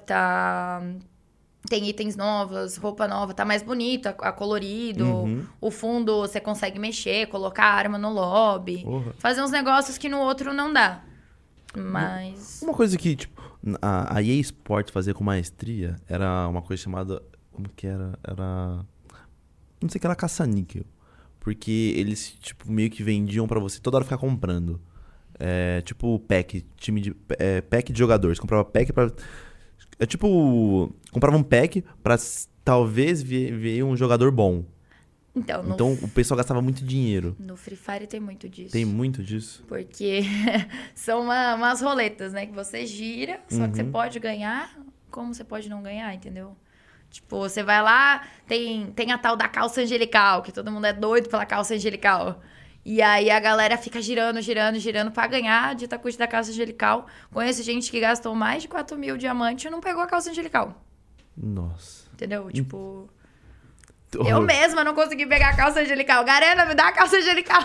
tem itens novos, roupa nova, tá mais bonito, colorido. O fundo você consegue mexer, colocar arma no lobby. Porra. Fazer uns negócios que no outro não dá. Mas... Uma coisa que, tipo, a EA Sport fazia com maestria era uma coisa chamada... Como que era? Era... Não sei o que era caça-níquel. Porque eles, tipo, meio que vendiam pra você toda hora ficar comprando. Tipo pack, pack de jogadores. Comprava pack pra... comprava um pack pra talvez ver um jogador bom. Então o pessoal gastava muito dinheiro. No Free Fire tem muito disso. Tem muito disso? Porque são umas roletas, né? Que você gira, só que você pode ganhar, como você pode não ganhar, entendeu? Tipo, você vai lá, tem a tal da calça angelical, que todo mundo é doido pela calça angelical. E aí a galera fica girando pra ganhar de Itacuti da calça angelical. Conheço gente que gastou mais de 4 mil diamantes e não pegou a calça angelical. Nossa. Entendeu? Tipo... Eu mesma não consegui pegar a calça angelical. Garena, me dá a calça angelical.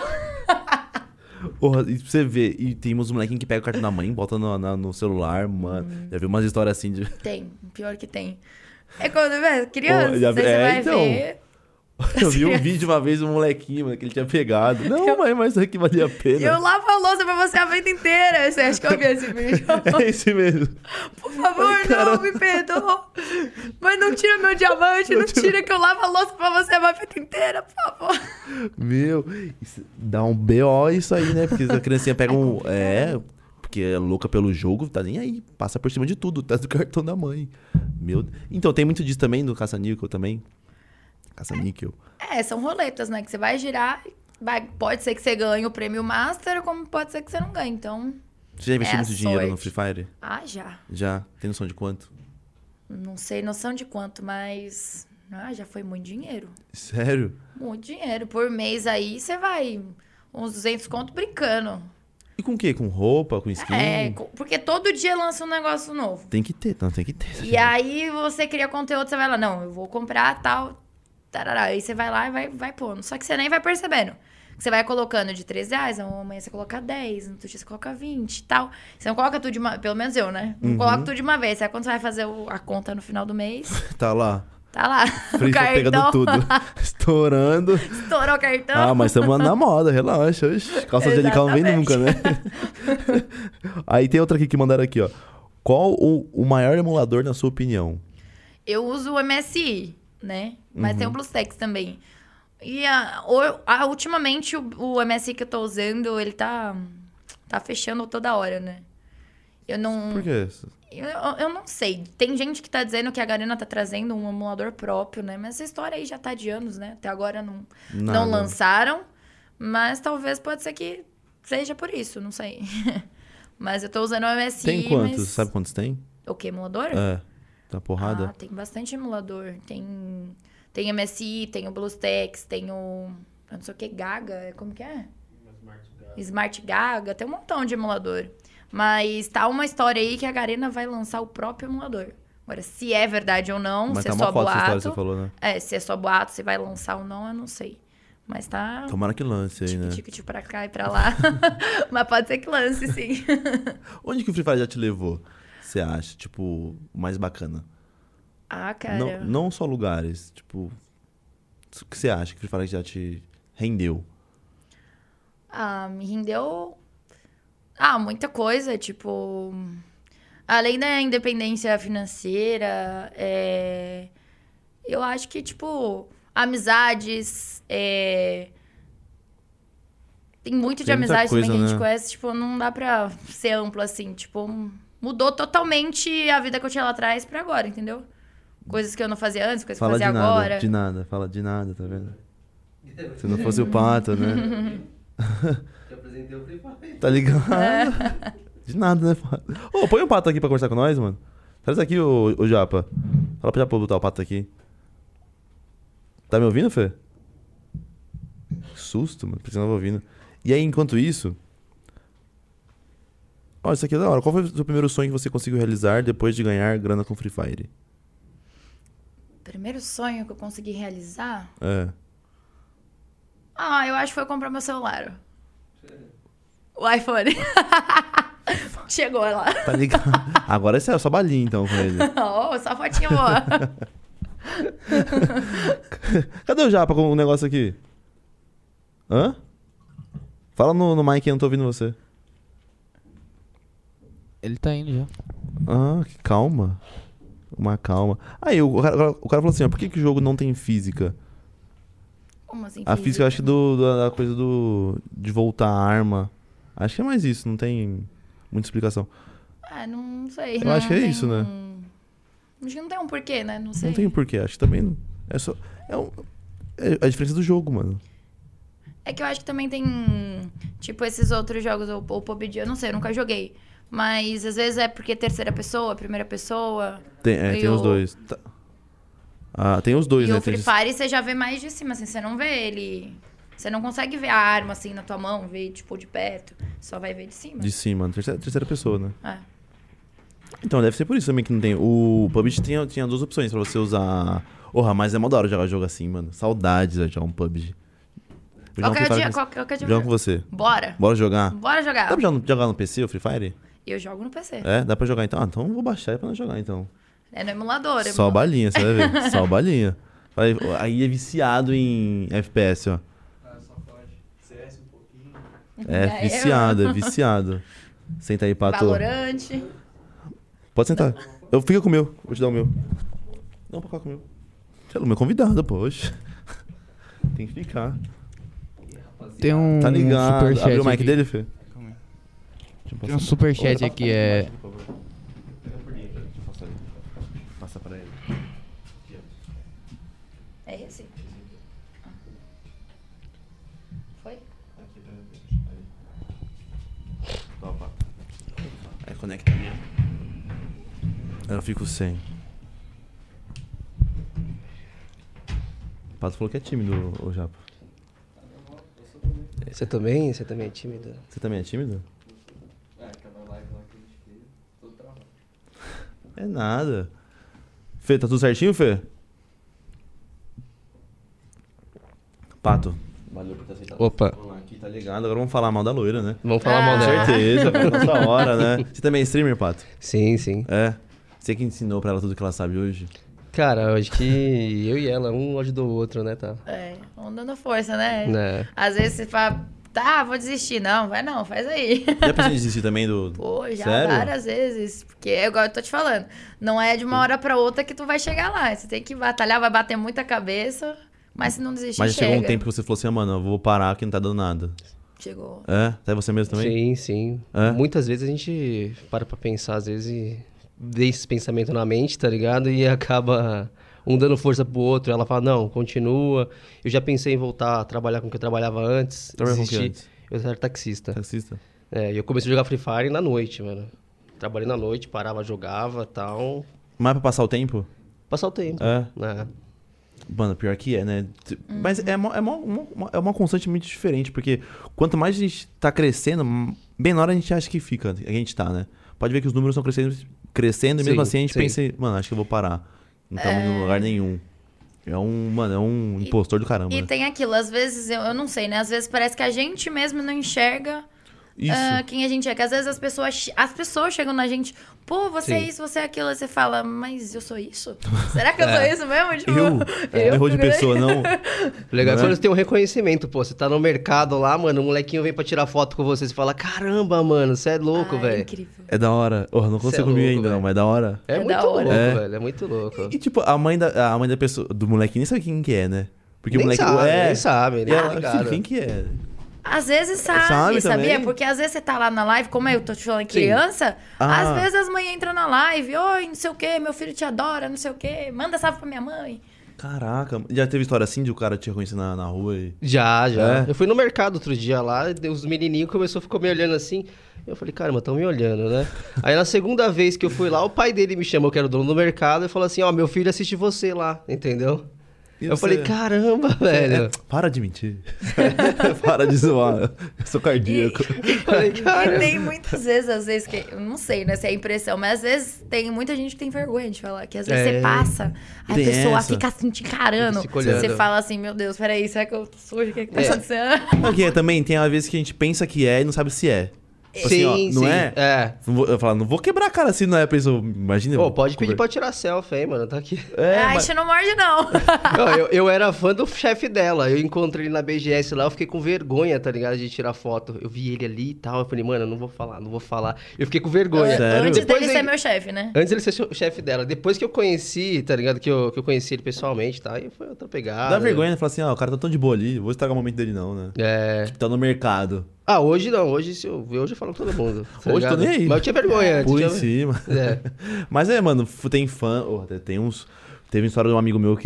Porra, e pra você ver, e tem uns molequinhos que pegam o cartão da mãe, bota no celular, mano. Já vi umas histórias assim de... Tem, pior que tem. É quando é criança, Porra, já vi- você vai então. ver... Eu vi um vídeo uma vez, um molequinho, mano, que ele tinha pegado. Não, mas isso aqui valia a pena. Eu lavo a louça pra você a vida inteira. Você acha que eu vi esse vídeo? É esse mesmo. Por favor, não, me perdoa. Mas não tira meu diamante, não tira que eu lavo a louça pra você a vida inteira, por favor. Meu, isso dá um BO isso aí, né? Porque a criancinha pega um... porque é louca pelo jogo, tá nem aí. Passa por cima de tudo, tá do cartão da mãe. Meu... Então, tem muito disso também do caça-níquel também? Caça-níquel. São roletas, né? Que você vai girar, pode ser que você ganhe o prêmio Master, como pode ser que você não ganhe, então... Você já investiu a muito dinheiro no sorte. Free Fire? Ah, já. Já? Tem noção de quanto? Não sei noção de quanto, mas... já foi muito dinheiro. Sério? Muito dinheiro. Por mês aí, você vai uns 200 conto brincando. E com o quê? Com roupa, com skin? Porque todo dia lança um negócio novo. Tem que ter, não, tem que ter. E aí, você cria conteúdo, você vai lá, não, eu vou comprar tal, tarará. Aí você vai lá e vai pondo. Só que você nem vai percebendo. Você vai colocando de R$3, amanhã você coloca 10, no outro dia você coloca 20 e tal. Você não coloca tudo de uma... Pelo menos eu, né? Não coloca tudo de uma vez. Aí quando você vai fazer a conta no final do mês, Tá lá. tá lá. Free O Fire pegando cartão. tudo. Estourando. Estourou o cartão. Ah, mas estamos na moda, relaxa. Oxi, calça angelical não vem Exatamente. nunca, né? Aí tem outra aqui que mandaram aqui, ó. Qual o maior emulador, na sua opinião? Eu uso o MSI. né? Mas Uhum. tem o BlueStacks também. E ultimamente o MSI que eu tô usando, ele tá fechando toda hora, né? Eu não... Por quê? Eu não sei. Tem gente que tá dizendo que a Garena tá trazendo um emulador próprio, né? Mas essa história aí já tá de anos, né? Até agora não Nada. lançaram. Mas talvez pode ser que seja por isso, não sei. Mas eu tô usando o MSI, Tem quantos? mas... Sabe quantos tem? O que, emulador? É. Tá porrada? Ah, tem bastante emulador. Tem MSI, tem o BlueStacks, tem o... Eu não sei o que, Gaga. Como que é? Smart Gaga. Tem um montão de emulador. Mas tá uma história aí que a Garena vai lançar o próprio emulador. Agora, se é verdade ou não, Mas se tá é uma só foto essa história boato... que você falou, né? Se é só boato, se vai lançar ou não, eu não sei. Mas tá... Tomara que lance aí, né? Tique pra cá e pra lá. Mas pode ser que lance, sim. Onde que o Free Fire já te levou? Você acha? Tipo, o mais bacana? Ah, cara... Não só lugares. Tipo, o que você acha que o Free Fire já te rendeu? Ah, me rendeu... muita coisa, tipo... Além da independência financeira, eu acho que, tipo, amizades... Tem muito de Tem muita amizade também coisa, que a gente né? conhece, tipo, não dá pra ser amplo assim, tipo... Mudou totalmente a vida que eu tinha lá atrás pra agora, entendeu? Coisas que eu não fazia antes, coisas que eu Fala fazia de nada, agora. de nada. Fala de nada, tá vendo? Se não fosse o Pato, né? Te apresentei o Free Fire. Tá ligado? De nada, né, Pato? Ô, põe o Pato aqui pra conversar com nós, mano. Traz aqui, ô Japa. Fala pro Japa botar o Pato aqui. Tá me ouvindo, Fê? Que susto, mano. Pensei que não tava ouvindo. E aí, enquanto isso... Ó, isso aqui é da hora. Qual foi o seu primeiro sonho que você conseguiu realizar depois de ganhar grana com Free Fire? Primeiro sonho que eu consegui realizar... É. eu acho que foi comprar meu celular. O iPhone. Chegou lá. Tá ligado? Agora esse é só balinha, então, com ele. Só fotinha boa. Cadê o Japa com o negócio aqui? Hã? Fala no mic, eu não tô ouvindo você. Ele tá indo já. Ah, que calma. Uma calma. Aí, o cara falou assim, ó, por que o jogo não tem física? Como assim? A física, eu acho que da coisa de voltar a arma. Acho que é mais isso, não tem muita explicação. Não sei. Eu acho que é tem isso, né? Acho que não tem um porquê, né? Não sei. Não tem porquê, acho que também não. É só... É a diferença do jogo, mano. É que eu acho que também tem, tipo, esses outros jogos, ou PUBG, eu não sei, eu nunca joguei. Mas às vezes é porque terceira pessoa, primeira pessoa. Tem os dois. Tem os dois, E né? o Free Fire você já vê mais de cima, assim, você não vê ele... Você não consegue ver a arma, assim, na tua mão, ver, tipo, de perto. Só vai ver de cima. De cima, terceira pessoa, né? É. Então, deve ser por isso também que não tem. O PUBG tinha duas opções pra você usar. Porra, mas é mó da hora jogar jogo assim, mano. Saudades de jogar um PUBG. Qualquer dia. Jogar com você. Bora. Bora jogar? Bora jogar. Dá pra jogar no PC, o Free Fire? Eu jogo no PC. É, dá pra jogar então? Então eu vou baixar pra não jogar então. É no emulador. Só balinha, você vai ver. Só balinha. Aí é viciado em FPS, ó. Só pode. CS um pouquinho. É viciado. Senta aí, Pato. Valorante. Pode sentar. Eu fico com o meu. Vou te dar o meu. Não, pra cá com o meu. Você é o meu convidado, poxa. Tem que ficar. Tem um Tá ligado. superchat Abriu o mic aqui. dele, Fê? Calma aí. Deixa eu Tem um passar. superchat Ô, aqui, é... Pega por dentro, deixa eu passar ali. Passa pra ele. É esse? Foi? Opa. Aí conecta ali. Aí eu fico sem. O Pato falou que é tímido, o Japa. Você também é tímido? Você também é tímido? Aquela live lá que a gente fez, todo travado. É nada. Fê, tá tudo certinho, Fê? Pato. Valeu por ter aceitado. Opa. Vamos lá, aqui tá ligado. Agora vamos falar mal da loira, né? Vamos falar mal Com dela. certeza, vai na sua hora, né? Você também é streamer, Pato? Sim, sim. É. Você que ensinou pra ela tudo que ela sabe hoje? Cara, eu acho que eu e ela, um ajudou o outro, né, tá? Vamos dando força, né? Né? Às vezes, tá, vou desistir. Não, vai não, faz aí. Já pensou em desistir também do... Pô, já Sério? várias vezes. Porque é igual eu tô te falando. Não é de uma hora pra outra que tu vai chegar lá. Você tem que batalhar, vai bater muita cabeça. Mas se não desistir, Mas chegou um chega. tempo que você falou assim, mano, eu vou parar que não tá dando nada. Chegou. É? Até você mesmo também? Sim, sim. É? Muitas vezes a gente para pra pensar, às vezes, e deixa esse pensamento na mente, tá ligado? E acaba um dando força pro outro. Ela fala, não, continua. Eu já pensei em voltar a trabalhar com o que eu trabalhava antes. Trabalhar com o que desistir. antes? Eu era taxista. Taxista? É, e eu comecei a jogar Free Fire na noite, mano. Trabalhei na noite, parava, jogava e tal. Mas pra passar o tempo? Passar o tempo. É. É. Mano, pior que é, né? Mas é uma constante muito diferente, porque quanto mais a gente tá crescendo, bem na hora a gente acha que fica, a gente tá, né? Pode ver que os números estão crescendo e mesmo Sim, assim a gente sim. pensa, mano, acho que eu vou parar. Não estamos em lugar nenhum. Mano, é um impostor do caramba. E né? tem aquilo, às vezes, eu não sei, né? Às vezes parece que a gente mesmo não enxerga Isso. quem a gente é. Que às vezes as pessoas chegam na gente, pô, você é Sim. isso, você é aquilo. Aí você fala, mas eu sou isso? Será que eu sou isso mesmo? Tipo, Eu? Errou de pessoa, não. Legal Não quando é? você tem um reconhecimento, pô. Você tá no mercado lá, mano, um molequinho vem pra tirar foto com você. Você fala, caramba, mano, você é louco, é velho. incrível. É da hora. Oh, não Cê consigo é comigo louco, ainda, não, velho. mas é da hora. É, É muito da hora. louco, É. velho. É muito louco. E tipo, a mãe da pessoa, do molequinho nem sabe quem que é, né? Porque Nem o moleque sabe, é. nem sabe, E nem ela, tá ligado. quem que é? Às vezes sabe, Sabe sabia? também? Porque às vezes você tá lá na live, como eu tô te falando Sim. criança, Ah. às vezes as mães entram na live, oi, não sei o quê, meu filho te adora, não sei o quê, manda salve pra minha mãe. Caraca, já teve história assim de o cara te reconhecer na rua e. Já. É? Eu fui no mercado outro dia lá, os menininhos ficou me olhando assim. Eu falei, caramba, tão me olhando, né? Aí na segunda vez que eu fui lá, o pai dele me chamou, que era o dono do mercado, e falou assim, ó, meu filho assiste você lá, entendeu? E Eu você- falei, caramba, velho. Para de mentir. Para de zoar. Eu sou cardíaco. Falei, E caramba. tem muitas vezes, às vezes, que eu não sei, né, se é impressão, mas às vezes tem muita gente que tem vergonha de falar, que às vezes É. você passa, aí a Tem pessoa essa. fica assim te encarando, Fica olhando. você fala assim, meu Deus, peraí, será que eu tô sujo? O que que tá É. acontecendo? Porque também tem às vezes que a gente pensa que é e não sabe se é. Tipo assim, Sim, ó, não sim. é? É. Eu falo, não vou quebrar a cara se não é a pessoa. Imagina. Pô, pode pedir pra tirar selfie aí, mano, tá aqui. É, Ai, mas- você não morde, não. Não, eu era fã do chefe dela. Eu encontrei ele na BGS lá, eu fiquei com vergonha, tá ligado? De tirar foto. Eu vi ele ali e tal. Eu falei, mano, não vou falar. Eu fiquei com vergonha. Sério? Antes Depois dele ele- ser meu chefe, né? Antes ele ser o chefe dela. Depois que eu conheci, tá ligado? Que eu conheci ele pessoalmente, tá? Aí foi outra pegada. Dá vergonha, né? Falar assim, ó, o cara tá tão de boa ali, vou estragar o momento dele, não, né? É. Tá no mercado. Ah, hoje não. Hoje, se eu ver, hoje eu falo com todo mundo. tá Hoje tô ligado? nem aí. Mas eu tinha vergonha antes. Por em tinha- cima. É. Mas mano, tem fã. Tem uns. Teve uma história de um amigo meu que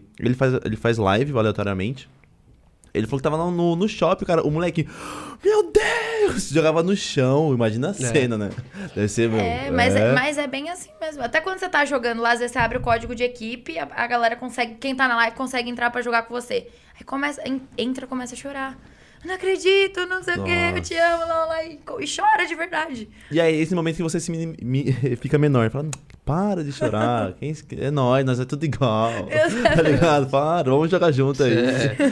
ele faz live aleatoriamente. Ele falou que tava lá no shopping, cara. O moleque. Meu Deus! Jogava no chão. Imagina a cena, né? Deve ser, meu. Mas é bem assim mesmo. Até quando você tá jogando lá, às vezes você abre o código de equipe, a galera consegue, quem tá na live consegue entrar pra jogar com você. Aí começa a chorar. Eu não acredito, não sei o quê, eu te amo, lá, e chora de verdade. E aí, esse momento que você se fica menor. Fala, para de chorar. É nós é tudo igual. Tá ligado? Para, vamos jogar junto aí.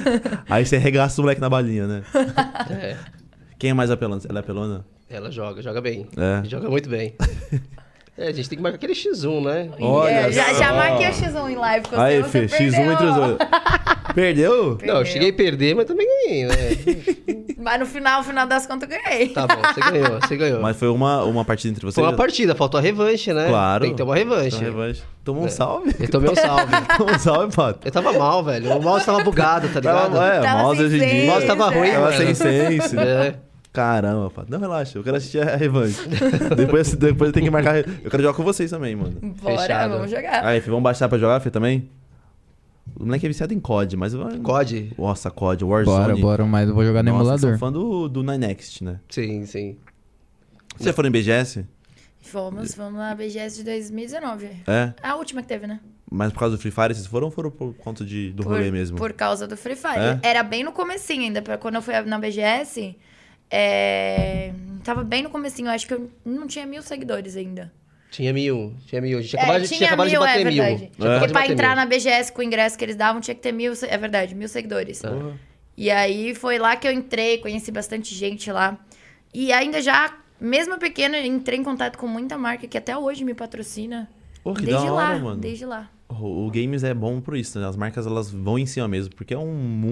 Aí você regaça o moleque na balinha, né? É. Quem é mais apelona? Ela é apelona? Ela joga bem. É. Joga muito bem. É, a gente tem que marcar aquele X1, né? Olha já só. marquei o X1 em live com você. Aí, você Fê, X1 perdeu. entre os dois. Perdeu? Não, eu cheguei a perder, mas também ganhei, né? Mas no final das contas, eu ganhei. Tá bom, você ganhou. Mas foi uma partida entre vocês? Foi uma partida, faltou a revanche, né? Claro. Tem que ter uma revanche. Então, revanche. Tomou um salve? Eu tomei um salve. Tomou um salve, Pato. Eu tava mal, velho. O mouse tava bugado, tá ligado? O Tava mouse sem hoje em dia. sense, O mouse tava ruim, Tava mano. sem sense. É. Caramba, Pato. Não, relaxa. Eu quero assistir a revanche. depois eu tenho que marcar. Eu quero jogar com vocês também, mano. Bora, Fechado. vamos jogar. Aí, Fê, vamos baixar pra jogar, Fê, também? O moleque é viciado em COD, mas... COD? Nossa, COD, Warzone. Bora, mas eu vou jogar no Nossa, emulador. sou fã do Ninext, né? Sim, sim. Vocês já foram em BGS? Fomos na BGS de 2019. É? A última que teve, né? Mas por causa do Free Fire, vocês foram ou foram por conta do rolê mesmo? Por causa do Free Fire. É? Era bem no comecinho ainda. Quando eu fui na BGS, tava bem no comecinho. Eu acho que eu não tinha 1.000 seguidores ainda. Tinha 1.000. A gente tinha acabado, tinha acabado de 1.000, bater é 1.000. verdade. Tinha acabado Porque de pra bater entrar 1.000. na BGS com o ingresso que eles davam, tinha que ter 1.000, é verdade, 1.000 seguidores. Porra. E aí foi lá que eu entrei, conheci bastante gente lá. E ainda já, mesmo pequena, entrei em contato com muita marca que até hoje me patrocina. Pô, que Desde da lá, hora, mano. desde lá. O games é bom por isso, né? As marcas, elas vão em cima mesmo, porque é um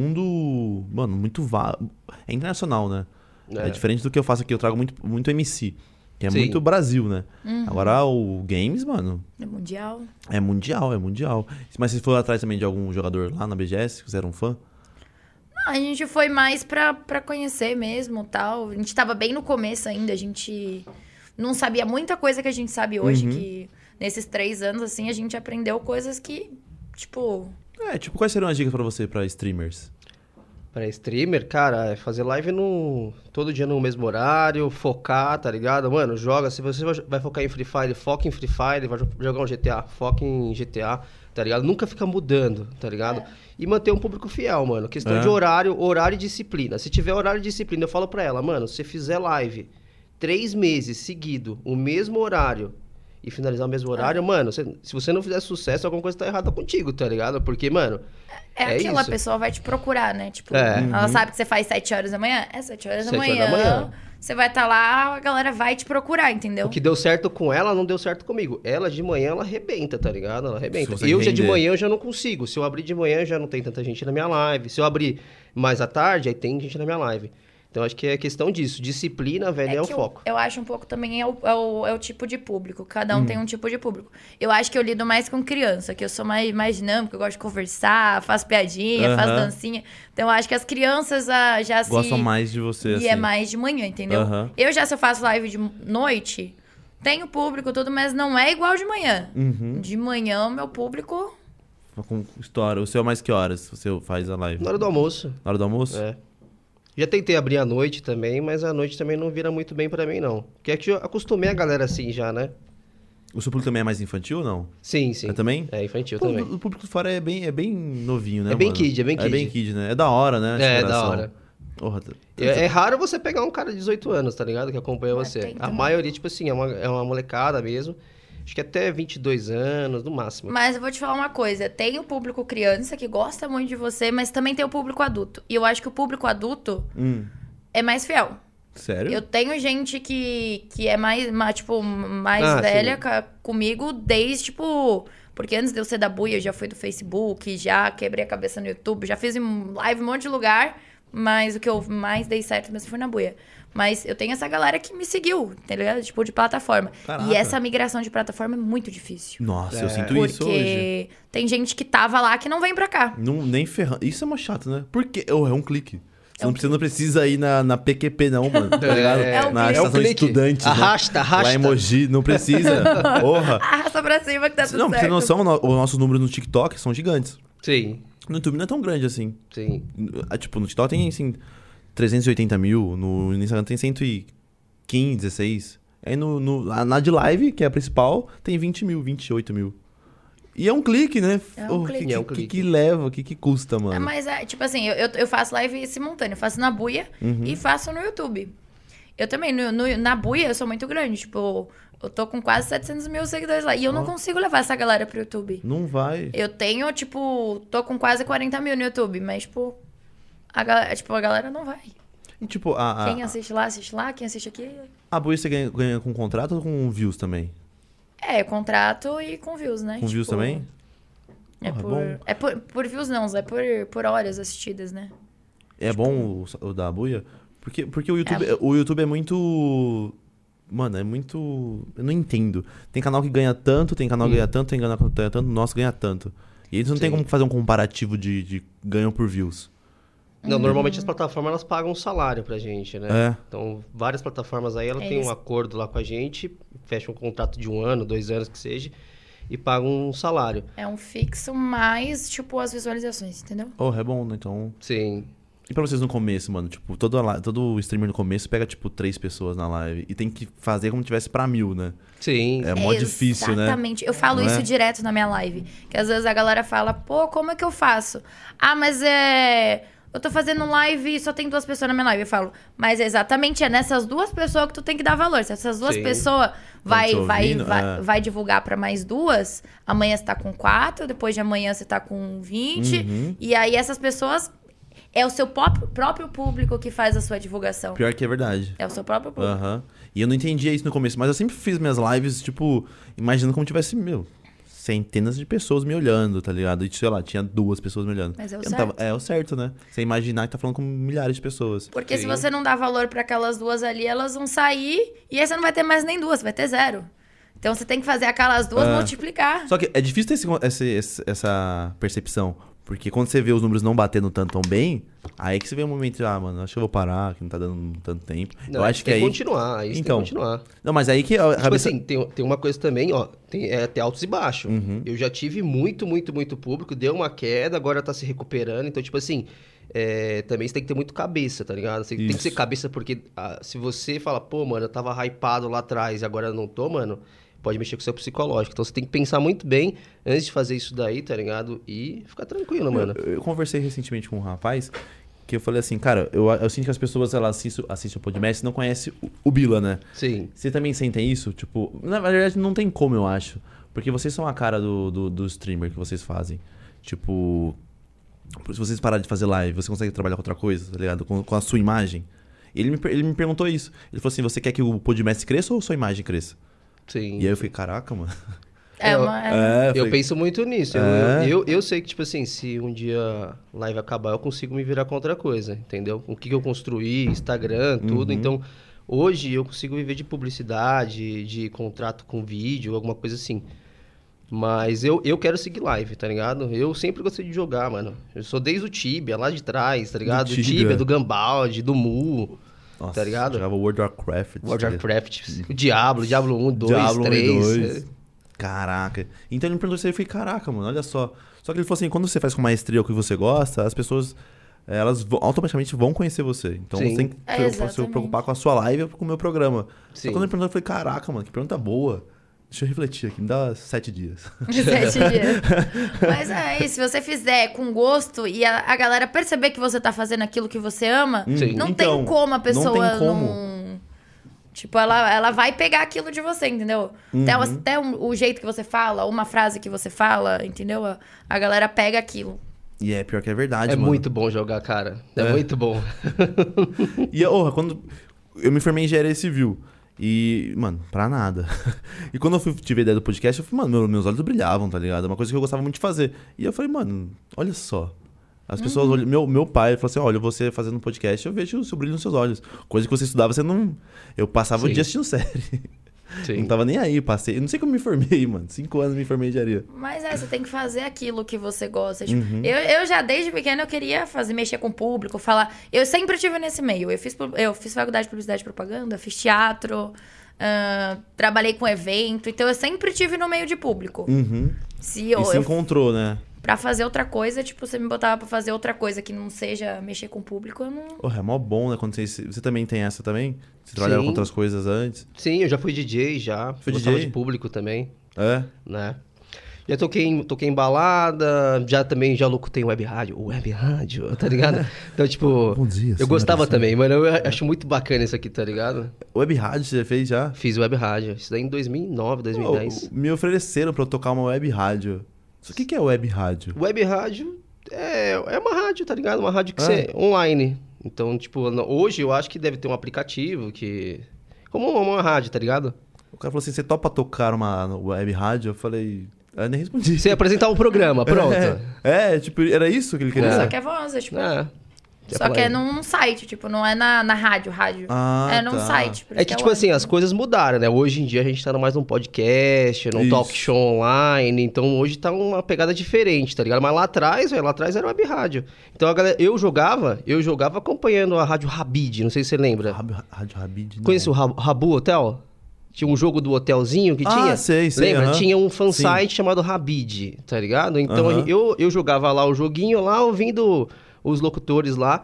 mundo, mano, muito é internacional, né? É diferente do que eu faço aqui, eu trago muito MC, que é Sim. muito Brasil, né? Agora o games, mano, É mundial. é mundial. Mas vocês foram atrás também de algum jogador lá na BGS, que vocês eram fã? Não, a gente foi mais pra conhecer mesmo, tal. A gente tava bem no começo ainda, a gente não sabia muita coisa que a gente sabe hoje, que nesses 3 anos, assim, a gente aprendeu coisas que, tipo... Tipo, quais seriam as dicas pra você, pra streamers? Pra streamer, cara, é fazer live todo dia no mesmo horário, focar, tá ligado? Mano, joga. Se você vai focar em Free Fire, foca em Free Fire. Vai jogar um GTA, foca em GTA, tá ligado? Nunca fica mudando, tá ligado? E manter um público fiel, mano. Questão de horário e disciplina. Se tiver horário e disciplina, eu falo pra ela, mano, se você fizer live 3 meses seguido, o mesmo horário, e finalizar o mesmo horário, mano, se você não fizer sucesso, alguma coisa tá errada contigo, tá ligado? Porque, mano... É aquilo, a isso. pessoa vai te procurar, né? Tipo, É. ela sabe que você faz 7 horas da manhã, é 7 horas da 7 horas manhã. da manhã. Você vai estar lá, a galera vai te procurar, entendeu? O que deu certo com ela, não deu certo comigo. Ela de manhã, ela arrebenta, tá ligado? Ela arrebenta. Se você Eu já de render. manhã, eu já não consigo. Se eu abrir de manhã, já não tem tanta gente na minha live. Se eu abrir mais à tarde, aí tem gente na minha live. Então, acho que é questão disso. Disciplina, velho, é o que foco. Eu acho um pouco também é o tipo de público. Cada um tem um tipo de público. Eu acho que eu lido mais com criança, que eu sou mais dinâmica, eu gosto de conversar, faço piadinha, faço dancinha. Então, eu acho que as crianças já Gostam mais de você, E assim. é mais de manhã, entendeu? Aham. Se eu faço live de noite, tenho público tudo, mas não é igual de manhã. De manhã, o meu público... Com história. O seu é mais que horas você faz a live? Na hora do almoço. Na hora do almoço? É. Já tentei abrir à noite também, mas a noite também não vira muito bem pra mim, não. Porque é que eu acostumei a galera assim já, né? O seu público também é mais infantil ou não? Sim, sim. É também? É infantil Pô, também. o público de fora é bem novinho, né, É bem mano? kid, é bem É bem kid. kid, né? É da hora, né? essa É, da geração. hora. Porra, É raro você pegar um cara de 18 anos, tá ligado? Que acompanha Mas você. tem A também. maioria, tipo assim, é uma molecada mesmo. Acho que até 22 anos, no máximo. Mas eu vou te falar uma coisa. Tem o público criança que gosta muito de você, mas também tem o público adulto. E eu acho que o público adulto é mais fiel. Sério? Eu tenho gente que é mais Ah, velha sim. comigo desde, tipo... Porque antes de eu ser da Buia, eu já fui do Facebook, já quebrei a cabeça no YouTube, já fiz live em um monte de lugar, mas o que eu mais dei certo mesmo foi na Buia. Mas eu tenho essa galera que me seguiu, tá ligado? Tipo, de plataforma. Caraca. E essa migração de plataforma é muito difícil. Nossa, eu É. sinto isso hoje. Porque tem gente que tava lá que não vem pra cá. Não, nem ferrando. Isso é mó chato, né? Porque é um clique. Você, É um você não precisa ir na PQP, não, mano. Tá ligado? É um na clique. estação de estudantes. Arrasta, né? Lá em Mogi, não precisa. Porra. Arrasta pra cima que tá tudo Não, pra você certo. ter noção, os nossos números no TikTok são gigantes. Sim, No YouTube não é tão grande assim. sim. Tipo, no TikTok tem, assim, 380 mil. No Instagram tem 115, 16. Aí na de live, que é a principal, tem 20 mil, 28 mil. E é um clique, né? É um clique. É um Que clique. leva, que custa, mano? Mas, tipo assim, eu faço live simultânea. Eu faço na Buia e faço no YouTube. Eu também, na Buia, eu sou muito grande. Tipo, eu tô com quase 700 mil seguidores lá. E eu não consigo levar essa galera pro YouTube. Não vai. Eu tenho, tipo, tô com quase 40 mil no YouTube. Mas, tipo, a galera não vai. E, tipo, Quem assiste lá, quem assiste aqui... a Buia você ganha com contrato ou com views também? É, contrato e com views, né? Com views Tipo, também? É Porra, por, bom. é por views não, é por horas assistidas, né? É bom o da Buia? Porque o YouTube é muito... Mano, é muito... Eu não entendo. Tem canal que ganha tanto, tem canal que ganha tanto, tem canal que ganha tanto, o nosso ganha tanto. E eles não tem Sim. como fazer um comparativo de ganho por views. Não, normalmente as plataformas elas pagam um salário pra gente, né? É. Então, várias plataformas aí, ela tem Eles- um acordo lá com a gente, fecha um contrato de 1 ano, 2 anos que seja, e pagam um salário. É um fixo mais, tipo, as visualizações, entendeu? Oh, é bom, né? Então... Sim. E pra vocês no começo, mano? Tipo, todo streamer no começo pega, tipo, 3 pessoas na live. E tem que fazer como se tivesse pra 1000, né? Sim. É mó difícil, né? Exatamente. Eu falo Não isso é? direto na minha live. Que às vezes a galera fala, pô, como é que eu faço? Ah, mas eu tô fazendo live e só tem 2 pessoas na minha live. Eu falo, mas é nessas 2 pessoas que tu tem que dar valor. Se essas 2 Sim. pessoas te ouvindo, vai divulgar pra mais 2, amanhã você tá com 4, depois de amanhã você tá com 20. E aí essas pessoas... É o seu próprio público que faz a sua divulgação. Pior que é verdade. É o seu próprio público. Aham. E eu não entendia isso no começo, mas eu sempre fiz minhas lives, tipo, imaginando como tivesse, centenas de pessoas me olhando, tá ligado? E, sei lá, tinha 2 pessoas me olhando. Mas é o Eu não certo. É o certo, né? Você imaginar que tá falando com milhares de pessoas. Porque se Sim. você não dá valor pra aquelas 2 ali, elas vão sair e aí você não vai ter mais nem 2, você vai ter 0. Então você tem que fazer aquelas 2 multiplicar. Só que é difícil ter essa percepção. Porque quando você vê os números não batendo tão bem, aí que você vê um momento de, mano, acho que eu vou parar, que não tá dando tanto tempo. Não, eu acho que tem aí... que continuar, aí você Então. tem que continuar. Não, mas aí que... a Tipo cabeça... assim, tem uma coisa também, ó, tem até altos e baixos. Eu já tive muito público, deu uma queda, agora tá se recuperando. Então, tipo assim, também você tem que ter muito cabeça, tá ligado? Você tem que ser Isso. cabeça, porque se você fala, pô, mano, eu tava hypado lá atrás e agora eu não tô, mano, pode mexer com o seu psicológico. Então você tem que pensar muito bem antes de fazer isso daí, tá ligado? E ficar tranquilo, mano. Eu conversei recentemente com um rapaz que eu falei assim, cara, eu sinto que as pessoas, elas assistem o podcast e não conhecem o Bila, né? Sim. Você também sentem isso? Tipo, na verdade não tem como, eu acho. Porque vocês são a cara do streamer que vocês fazem. Tipo, se vocês pararem de fazer live, você consegue trabalhar com outra coisa, tá ligado? Com a sua imagem. Ele me perguntou isso. Ele falou assim, você quer que o Podmestre cresça ou sua imagem cresça? Sim. E aí eu falei, caraca, mano. Eu penso muito nisso. É. Eu sei que, tipo assim, se um dia a live acabar, eu consigo me virar com outra coisa, entendeu? O que eu construí, Instagram, tudo. Então, hoje eu consigo viver de publicidade, de contrato com vídeo, alguma coisa assim. Mas eu quero seguir live, tá ligado? Eu sempre gostei de jogar, mano. Eu sou desde o Tibia, lá de trás, tá ligado? Do Tibia, do Gambaldi, do Mu, Nossa, tá ligado? Eu jogava World of Warcraft. World of Warcraft, o Diablo 1, 2, Diablo 1 e 3. 2. Caraca. Então ele me perguntou isso aí, eu falei, caraca, mano, olha só. Só que ele falou assim, quando você faz com maestria o que você gosta, as pessoas, elas automaticamente vão conhecer você. Então Sim. você tem que se preocupar com a sua live ou com o meu programa. Sim. Só quando ele perguntou, eu falei, caraca, mano, que pergunta boa. Deixa eu refletir aqui, me dá 7 dias. 7 dias. Mas é isso, se você fizer com gosto e a galera perceber que você tá fazendo aquilo que você ama, Sim. não Então, tem como a pessoa não tem como. não... Tipo, ela vai pegar aquilo de você, entendeu? Até o jeito que você fala, uma frase que você fala, entendeu? A galera pega aquilo. E é pior que é verdade, É mano. muito bom jogar, cara. É muito bom. E, quando eu me formei em engenharia civil. E, mano, pra nada. E quando eu tive a ideia do podcast, eu falei, mano, meus olhos brilhavam, tá ligado? É uma coisa que eu gostava muito de fazer. E eu falei, mano, olha só. As pessoas olham. Meu pai falou assim: olha, você fazendo um podcast, eu vejo o seu brilho nos seus olhos. Coisa que você estudava, você não. Eu passava o Sim. dia assistindo série. Sim. Não tava nem aí, passei. Eu não sei como me formei, mano. 5 anos me formei em engenharia. Mas você tem que fazer aquilo que você gosta. Tipo, eu já, desde pequena, eu queria mexer com o público, falar. Eu sempre tive nesse meio. Eu fiz faculdade de publicidade e propaganda, fiz teatro, trabalhei com evento. Então, eu sempre tive no meio de público. Se E se encontrou, né? Pra fazer outra coisa, tipo, você me botava pra fazer outra coisa que não seja mexer com o público, eu não... Porra, é mó bom, né? Quando você também tem essa também? Você trabalhava Sim. com outras coisas antes? Sim, eu já fui DJ, já. Foi Gostava DJ? de público também, É? né? Já toquei em balada, já locutei em web rádio, tá ligado? Então, tipo, Bom dia, eu gostava senhoras e também, mano. Eu acho muito bacana isso aqui, tá ligado? Web rádio você fez já? Fiz web rádio, isso daí em 2009, 2010. Me ofereceram pra eu tocar uma web rádio. O que é web rádio? Web rádio é uma rádio, tá ligado? Uma rádio que você online. Então, tipo, hoje eu acho que deve ter um aplicativo que... Como uma rádio, tá ligado? O cara falou assim, você topa tocar uma web rádio? Eu falei... Eu nem respondi. Você apresentar um programa, pronto. Tipo, era isso que ele queria? Só que é voz, tipo... É. Só que é num site, tipo, não é na rádio. Ah, É num tá. site. por É isso que, é tipo web. assim, as coisas mudaram, né? Hoje em dia a gente tá mais num podcast, num Isso. talk show online. Então hoje tá uma pegada diferente, tá ligado? Mas lá atrás era web rádio. Então a galera, eu jogava acompanhando a rádio Rabid, não sei se você lembra. Rádio Rabid? Conhece o Rabu Hotel? Tinha um jogo do hotelzinho que tinha? sei. Lembra? aham. Tinha um fansite Sim. chamado Rabid, tá ligado? Então Aham. eu jogava lá o joguinho lá, ouvindo os locutores lá,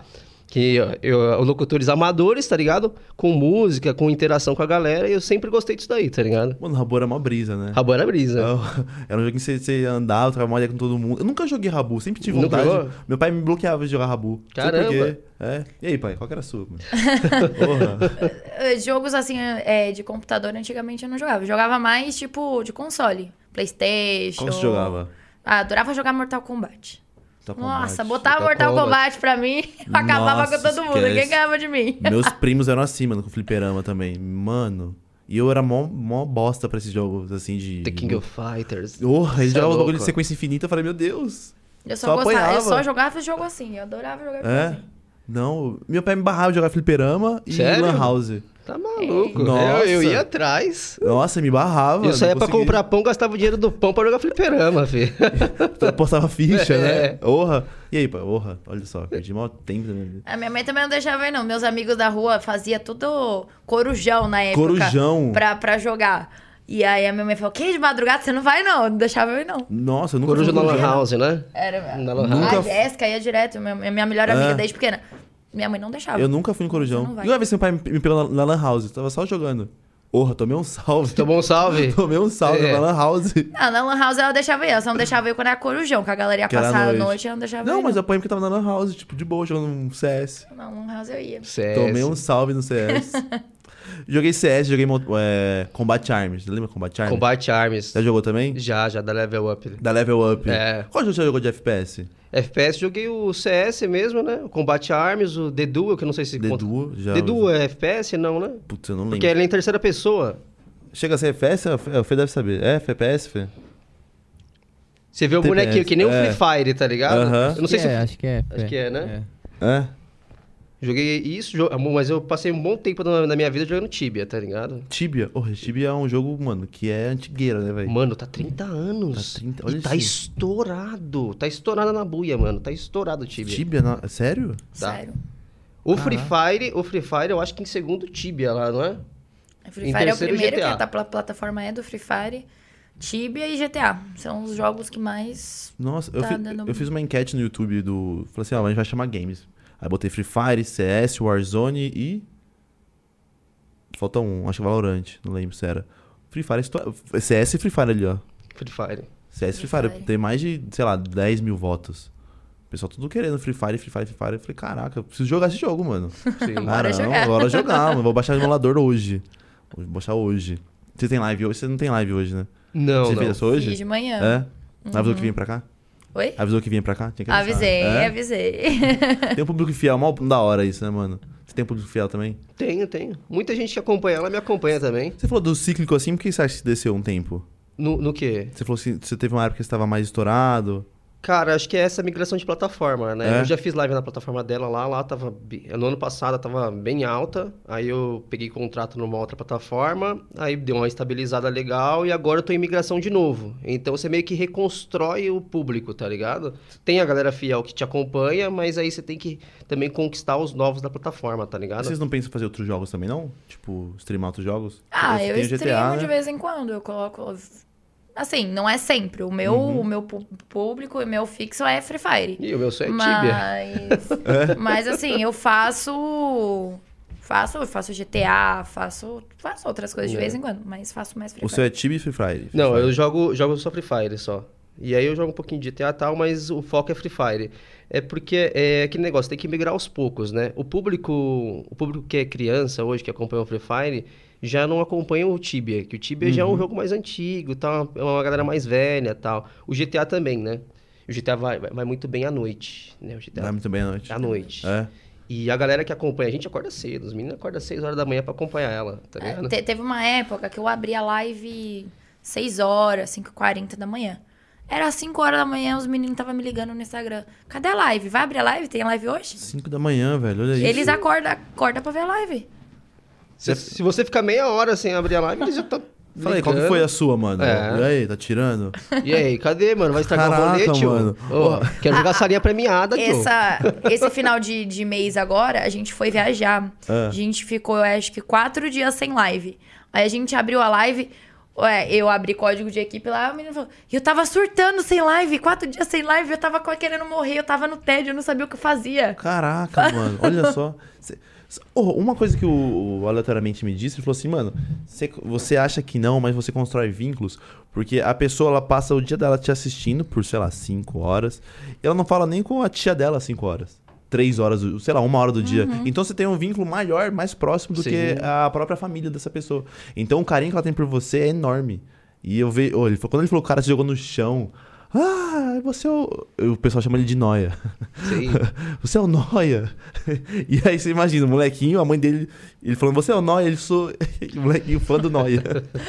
os locutores amadores, tá ligado? Com música, com interação com a galera, e eu sempre gostei disso daí, tá ligado? Mano, o Rabu era uma brisa, né? Rabu era brisa. Era um joguinho que você andava, trocava uma ideia com todo mundo. Eu nunca joguei Rabu, sempre tive Nunca vontade. jogou? Meu pai me bloqueava de jogar Rabu. Não sei Caramba. por quê. E aí, pai, qual que era a sua? Mano? Porra. Jogos, assim, de computador, antigamente eu não jogava. Eu jogava mais, tipo, de console. PlayStation. Como você jogava? Adorava jogar Mortal Kombat. Mortal Nossa, Kombat. botava Mortal Mortal Kombat. Kombat pra mim, eu acabava Nossa, com todo mundo. esquece. Ninguém ganhava de mim. Meus primos eram assim, mano, com fliperama também. Mano, E eu era mó bosta pra esses jogos, assim, de... The King of Fighters. Porra, ele Cê é jogava um bagulho louco. de sequência infinita, eu falei, meu Deus. Eu Só só gostava, eu apanhava. só jogava jogo assim. Eu adorava jogar jogo É? assim. Não, meu pai me barrava de jogar fliperama e Sério? lan house. Tá maluco. Nossa. Eu ia atrás. Nossa, me barrava. Eu saía não pra conseguia. comprar pão, gastava o dinheiro do pão pra jogar fliperama, filho. Postava ficha, né? É. Porra. E aí, pá, porra, olha só, perdi maior tempo da minha vida. A minha mãe também não deixava ir, não. Meus amigos da rua fazia tudo corujão na época. Corujão? Pra jogar. E aí a minha mãe falou, que de madrugada você não vai, não. Não deixava eu ir, não. Nossa, eu nunca Coruja fui na no Lan Corujão. House, né? Era Na Lan House. Nunca A Jéssica ia direto, minha melhor amiga desde pequena. Minha mãe não deixava. Eu nunca fui no Você Corujão. não vai. E uma vez meu pai me pegou na Lan House, eu tava só jogando. Porra, tomei um salve. Tomou um salve? Tomei um salve É. na Lan House. Não, na Lan House ela deixava ir. Ela só não deixava ir quando era corujão, que a galera ia Que era passar a noite. noite e ela não deixava ir. Não, mas eu apanhei porque tava na Lan House, tipo, de boa, jogando um CS. Não, Lan House eu ia. Sério. Tomei um salve no CS. Joguei CS, joguei Combat Arms. Lembra Combat Arms? Combat Arms. Já jogou também? Já da Level Up. Da Level Up. É. Qual jogo você jogou de FPS? FPS, joguei o CS mesmo, né? O Combat Arms, o The Duel, que eu não sei se The conta. Duel? Já. The Duel é FPS? Não, né? Putz, eu não lembro. Porque ele é em terceira pessoa. Chega a ser FPS? O Fê deve saber. É FPS, Fê? Você vê o TPS, bonequinho, que nem é. o Free Fire, tá ligado? Aham. Eu não sei se... Acho que é. Acho que é, né? É? Joguei isso, mas eu passei um bom tempo na minha vida jogando Tibia, tá ligado? Tibia. Tibia é um jogo, mano, que é antigueira, né, velho? Mano, tá 30 anos. Tá 30, E olha tá isso. estourado. Tá estourado na buia, mano. Tá estourado o Tibia. Tibia? Não, sério? Tá. Sério. O Free Fire, eu acho que em segundo Tibia lá, não é? O Free Em Fire é o terceiro, primeiro, GTA. que a plataforma é do Free Fire. Tibia e GTA. São os jogos que mais... Nossa, Tá dando- eu fiz uma enquete no YouTube do... Falei assim, ó, a gente vai chamar games. Aí botei Free Fire, CS, Warzone e... Falta um, acho que Valorant, não lembro se era. Free Fire, CS e Free Fire ali, ó. Free Fire. CS e Free Free Fire, Fire. tem mais de, sei lá, 10 mil votos. O pessoal tudo querendo Free Fire, Free Fire, Free Fire. Eu falei, caraca, eu preciso jogar esse jogo, mano. Sim. Bora não, jogar. bora jogar, mano. Vou baixar o emulador hoje. Vou baixar hoje. Você tem live hoje? Você não tem live hoje, né? Não, Você não. fez essa hoje? Fiz de manhã. É? Avisou que vinha pra cá? Oi? Avisou que vinha pra cá? Tinha que avisar. Avisei, É? avisei. Tem um público fiel, mal da hora isso, né, mano? Você tem um público fiel também? Tenho. Muita gente que acompanha ela me acompanha também. Você falou do cíclico assim, por que você acha que desceu um tempo? No quê? Você falou que você teve uma época que você estava mais estourado. Cara, acho que é essa migração de plataforma, né? É? Eu já fiz live na plataforma dela lá tava... No ano passado tava bem alta, aí eu peguei contrato numa outra plataforma, aí deu uma estabilizada legal e agora eu tô em migração de novo. Então você meio que reconstrói o público, tá ligado? Tem a galera fiel que te acompanha, mas aí você tem que também conquistar os novos da plataforma, tá ligado? Vocês não pensam em fazer outros jogos também, não? Tipo, streamar outros jogos? Ah, eu Tem o streamo de né? vez em quando. Eu coloco... Assim, não é sempre. O meu, Uhum. o meu público e meu fixo é Free Fire. E o meu só é Tibia. Mas assim, eu faço GTA, faço outras coisas de vez em quando, mas faço mais Free O Fire. seu é Tibia e Free Fire? Não, Free eu Fire. jogo só Free Fire só. E aí eu jogo um pouquinho de GTA e tal, mas o foco é Free Fire. É porque é aquele negócio, tem que migrar aos poucos, né? O público que é criança hoje, que acompanha o Free Fire, já não acompanha o Tibia, que o Tibia já é um jogo mais antigo, tá? É uma galera mais velha e tal. O GTA também, né? O GTA vai muito bem à noite, né? O GTA Vai muito bem à noite. à noite. É? E a galera que acompanha, a gente acorda cedo, os meninos acordam às 6 horas da manhã pra acompanhar ela, tá ligado? Teve uma época que eu abri a live 6 horas, 5h40 da manhã. Era 5 horas da manhã, os meninos estavam me ligando no Instagram. Cadê a live? Vai abrir a live? Tem live hoje? 5 da manhã, velho, olha isso. Eles acordam pra ver a live. Se você ficar meia hora sem abrir a live, eles já tá Fala aí, qual que ligando. foi a sua, mano? É. E aí, tá tirando? E aí, cadê, mano? Vai estragar Caraca, o rolê, tio? mano. Ô, quero jogar sarinha premiada, tio. Esse final de mês agora, a gente foi viajar. É. A gente ficou, eu acho que 4 dias sem live. Aí a gente abriu a live, eu abri código de equipe lá, o menino falou, e eu tava surtando sem live, 4 dias sem live, eu tava querendo morrer, eu tava no tédio, eu não sabia o que eu fazia. Caraca, mano, olha só. Uma coisa que o aleatoriamente me disse, ele falou assim, mano, você acha que não, mas você constrói vínculos, porque a pessoa, ela passa o dia dela te assistindo por, sei lá, 5 horas, e ela não fala nem com a tia dela 5 horas. 3 horas, sei lá, 1 hora do dia. Então você tem um vínculo maior, mais próximo do Sim. que a própria família dessa pessoa. Então o carinho que ela tem por você é enorme. E eu vejo, quando ele falou, o cara se jogou no chão, Você é o pessoal chama ele de Noia. Sim. Você é o Noia. E aí você imagina, o molequinho, a mãe dele, ele falando, você é o Noia, ele sou o molequinho fã do Noia.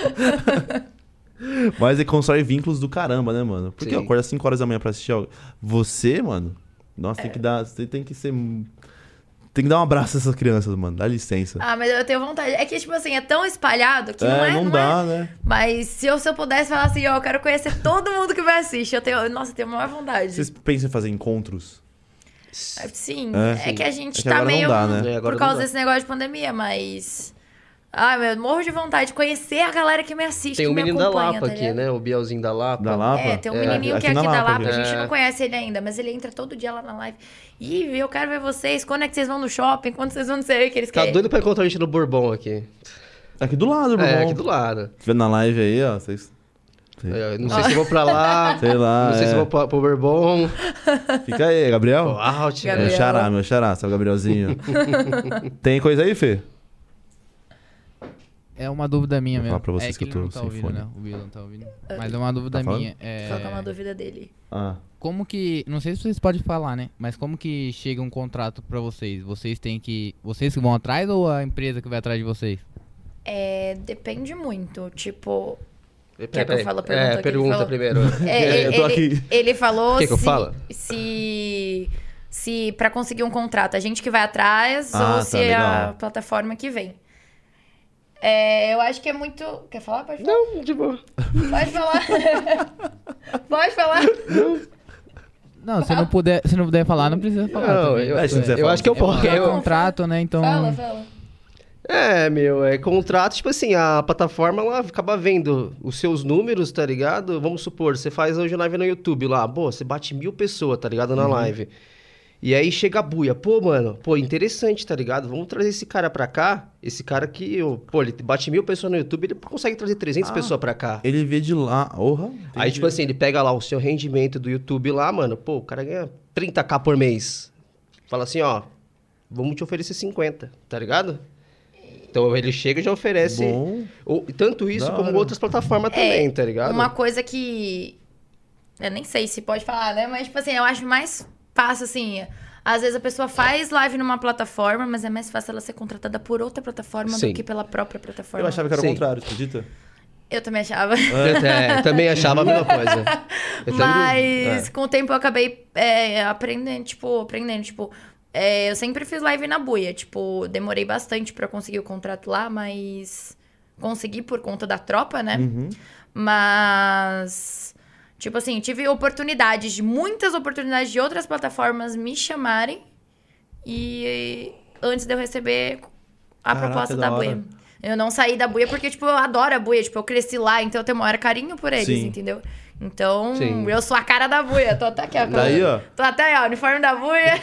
Mas ele constrói vínculos do caramba, né, mano? Porque Sim. eu acordo às 5 horas da manhã pra assistir algo. Você, mano, nossa, você tem que ser... Tem que dar um abraço a essas crianças, mano. Dá licença. Ah, mas eu tenho vontade. É que, tipo assim, é tão espalhado que não é. Não dá, né? Mas se eu pudesse falar assim, ó, eu quero conhecer todo mundo que vai assistir. Nossa, eu tenho a maior vontade. Vocês pensam em fazer encontros? Sim, É. é que a gente É que tá agora não meio. dá, né? É, agora por causa não dá. desse negócio de pandemia, mas. Ai, meu, morro de vontade de conhecer a galera que me assiste. Tem que um me menino da acompanha, Lapa tá aqui, ligado? né? O Bielzinho da Lapa. Da Lapa? É, tem um menininho que é aqui aqui na da Lapa, Lapa, a aqui. gente não conhece ele ainda, mas ele entra todo dia lá na live. Ih, eu quero ver vocês, quando é que vocês vão no shopping, quando vocês vão não sei o que eles Tá querem. doido pra encontrar a gente no Bourbon aqui. Aqui do lado, irmão. É, aqui do lado. Vendo na live aí, ó. Vocês... Não sei se eu vou pra lá. Sei lá. Não sei se eu vou pro Bourbon. Fica aí, Gabriel. Pô, out, Gabriel. né? Meu xará, seu Gabrielzinho. Tem coisa aí, Fê? É uma dúvida minha Vou mesmo. falar pra vocês é que ele eu tô não tá sem ouvindo, fone. né? O Will não tá ouvindo. Mas é uma dúvida Tá falando? minha. É... Qual que é uma dúvida dele? Ah. Como que... Não sei se vocês podem falar, né? Mas como que chega um contrato pra vocês? Vocês têm que... Vocês que vão atrás ou a empresa que vai atrás de vocês? Depende muito. Tipo, Quer que eu Peraí. fale a pergunta que ele Pergunta falou? primeiro. Eu tô aqui. ele falou Quer que eu fale? se pra conseguir um contrato, a gente que vai atrás Ah, ou tá, se é legal. a plataforma que vem. Eu acho que é muito... Quer falar? Pode falar. Não, de boa. Pode falar. Pode falar. Não, se não puder falar, não precisa falar. Não, também. eu, se não quiser eu falar, acho que eu É porque posso. é contrato, né? Então... Fala. É contrato, tipo assim, a plataforma ela acaba vendo os seus números, tá ligado? Vamos supor, você faz hoje live no YouTube lá, você bate 1.000 pessoas, tá ligado? Na live. E aí chega a buia, mano, interessante, tá ligado? Vamos trazer esse cara pra cá, esse cara que, ele bate 1.000 pessoas no YouTube, ele consegue trazer 300 pessoas pra cá. Ele vê de lá. Aí, tipo assim, ele pega lá o seu rendimento do YouTube lá, mano, o cara ganha 30k por mês. Fala assim, ó, vamos te oferecer 50, tá ligado? Então ele chega e já oferece Bom. tanto isso Da como hora. outras plataformas também, tá ligado? Uma coisa que... Eu nem sei se pode falar, né? Mas, tipo assim, eu acho mais fácil, assim... Às vezes a pessoa faz live numa plataforma, mas é mais fácil ela ser contratada por outra plataforma Sim. do que pela própria plataforma. Eu achava que era o Sim. contrário, acredita? Eu também achava. Eu também achava a mesma coisa. Eu Mas também- com o tempo eu acabei aprendendo. Eu sempre fiz live na buia. Tipo, demorei bastante pra conseguir o contrato lá, mas consegui por conta da tropa, né? Uhum. Mas, tipo assim, tive muitas oportunidades de outras plataformas me chamarem e antes de eu receber a Caraca, proposta da da hora. buia. Eu não saí da buia porque, tipo, eu adoro a buia. Tipo, eu cresci lá, então eu tenho maior carinho por eles, Sim. entendeu? Então, Sim. eu sou a cara da buia. Tô até aqui, ó. Daí, ó. Tô até, ó, uniforme da buia.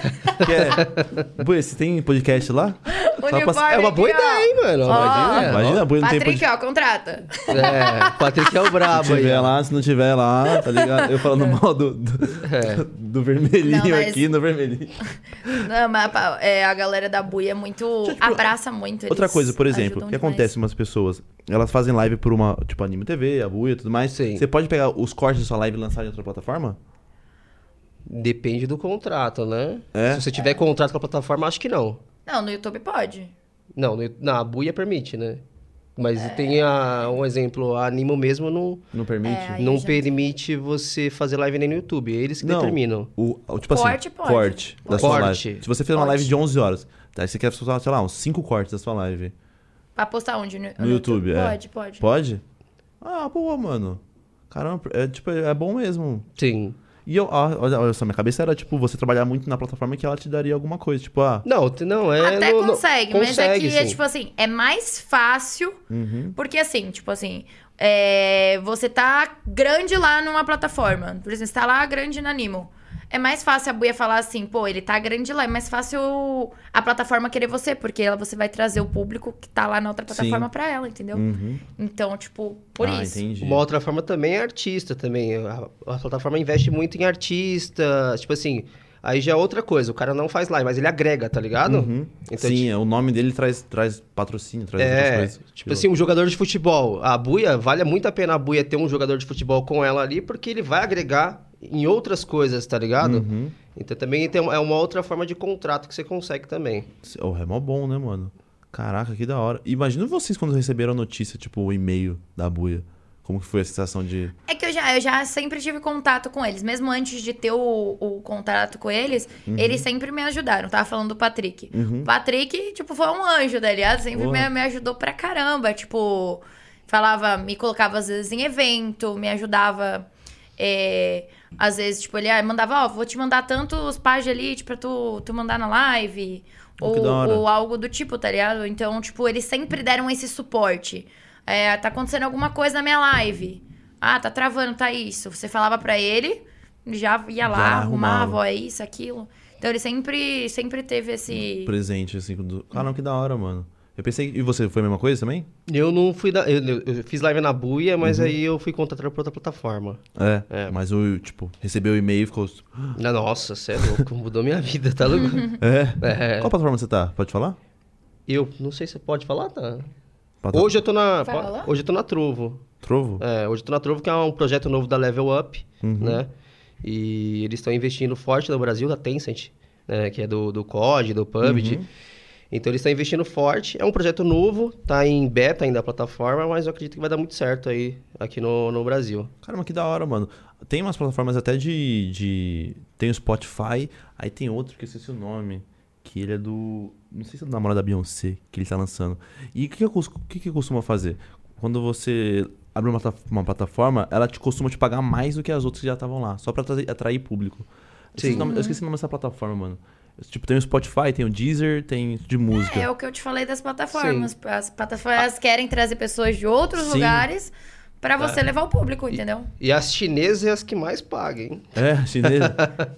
Boi, você tem podcast lá? uniforme É uma boa aqui, ó. ideia, hein, mano? Ó, Imagina, a Boi não tem Patrick, podcast. ó, contrata. O Patrick é o Se brabo aí. tiver ó. lá, se não tiver lá, tá ligado? Eu falando mal do vermelhinho Não, mas- aqui, no vermelhinho. Não, mas a galera da buia é muito... abraça muito. Outra eles coisa, por exemplo, o ajudam que demais. acontece com umas pessoas? Elas fazem live por uma, tipo, Anime TV, a Buia e tudo mais. Sim. Você pode pegar os cortes da sua live e lançar em outra plataforma? Depende do contrato, né? É? Se você tiver contrato com a plataforma, acho que não. Não, no YouTube pode. Não, a buia permite, né? Mas tem um exemplo, a Animo mesmo não Não permite? Aí não já- permite você fazer live nem no YouTube. Eles que determinam. Tipo Corte assim, pode. corte da sua Corte. live. Se você fez uma Pode. live de 11 horas, daí você quer soltar, sei lá, uns 5 cortes da sua live. Pra postar onde? No YouTube, é. Pode. Pode? Ah, boa, mano. Caramba, é bom mesmo. Sim. E olha só, minha cabeça era, tipo, você trabalhar muito na plataforma que ela te daria alguma coisa. Tipo, Não, é... Até no- consegue, mas é consegue, que, sim. tipo assim, é mais fácil, Uhum. porque assim, tipo assim, você tá grande lá numa plataforma, por exemplo, você tá lá grande na Animo. É mais fácil a buia falar assim, pô, ele tá grande lá, é mais fácil a plataforma querer você, porque você vai trazer o público que tá lá na outra plataforma Sim. pra ela, entendeu? Uhum. Então, tipo, por isso. Entendi. Uma outra forma também é artista também. A plataforma investe muito em artista, tipo assim... Aí já é outra coisa, o cara não faz live, mas ele agrega, tá ligado? Uhum. Então, Sim, o nome dele traz patrocínio, traz outras coisas. tipo assim, um jogador de futebol. A buia, vale muito a pena a buia ter um jogador de futebol com ela ali, porque ele vai agregar em outras coisas, tá ligado? Uhum. Então também é uma outra forma de contrato que você consegue também. Oh, é mó bom, né, mano? Caraca, que da hora. Imagina vocês quando receberam a notícia, tipo, o e-mail da Buia. Como que foi a sensação de... É que eu já sempre tive contato com eles. Mesmo antes de ter o contato com eles, eles sempre me ajudaram. Tava falando do Patrick. O Patrick, tipo, foi um anjo, tá ligado? Sempre me ajudou pra caramba. Tipo, falava, me colocava às vezes em evento, me ajudava. Às vezes, tipo, ele mandava, vou te mandar tantos páginas ali pra tu mandar na live. Que da hora. Ou algo do tipo, tá ligado? Então, tipo, eles sempre deram esse suporte. Tá acontecendo alguma coisa na minha live. Tá travando, tá isso. Você falava pra ele, já ia lá, arrumava, isso, aquilo. Então ele sempre teve esse... presente, assim. Caramba, que da hora, mano. Eu pensei... E você, foi a mesma coisa também? Eu não fui... Eu fiz live na Buia, mas aí eu fui contratado pra outra plataforma. Mas tipo, recebeu o e-mail e ficou... Nossa, você é louco. Mudou minha vida, tá louco? Qual plataforma você tá? Pode falar? Eu não sei se você pode falar, tá? Plataforma. Hoje eu tô na... Fala. Hoje eu tô na Trovo. Trovo? Hoje eu tô na Trovo, que é um projeto novo da Level Up, né? E eles estão investindo forte no Brasil, da Tencent, né? Que é do COD, do PUBG. Então eles estão investindo forte. É um projeto novo, tá em beta ainda a plataforma, mas eu acredito que vai dar muito certo aí, aqui no Brasil. Caramba, que da hora, mano. Tem umas plataformas até tem o Spotify, aí tem outro que eu esqueci o nome, que ele é do... Não sei se é do namorado da Beyoncé, que ele tá lançando. E o que costuma fazer? Quando você abre uma plataforma, ela costuma te pagar mais do que as outras que já estavam lá, só pra atrair público. Eu esqueci o nome dessa plataforma, mano. Tipo, tem o Spotify, tem o Deezer, tem de música. É o que eu te falei das plataformas. As plataformas querem trazer pessoas de outros lugares pra você levar o público, entendeu? E as chinesas é as que mais pagam, hein? Chinesa.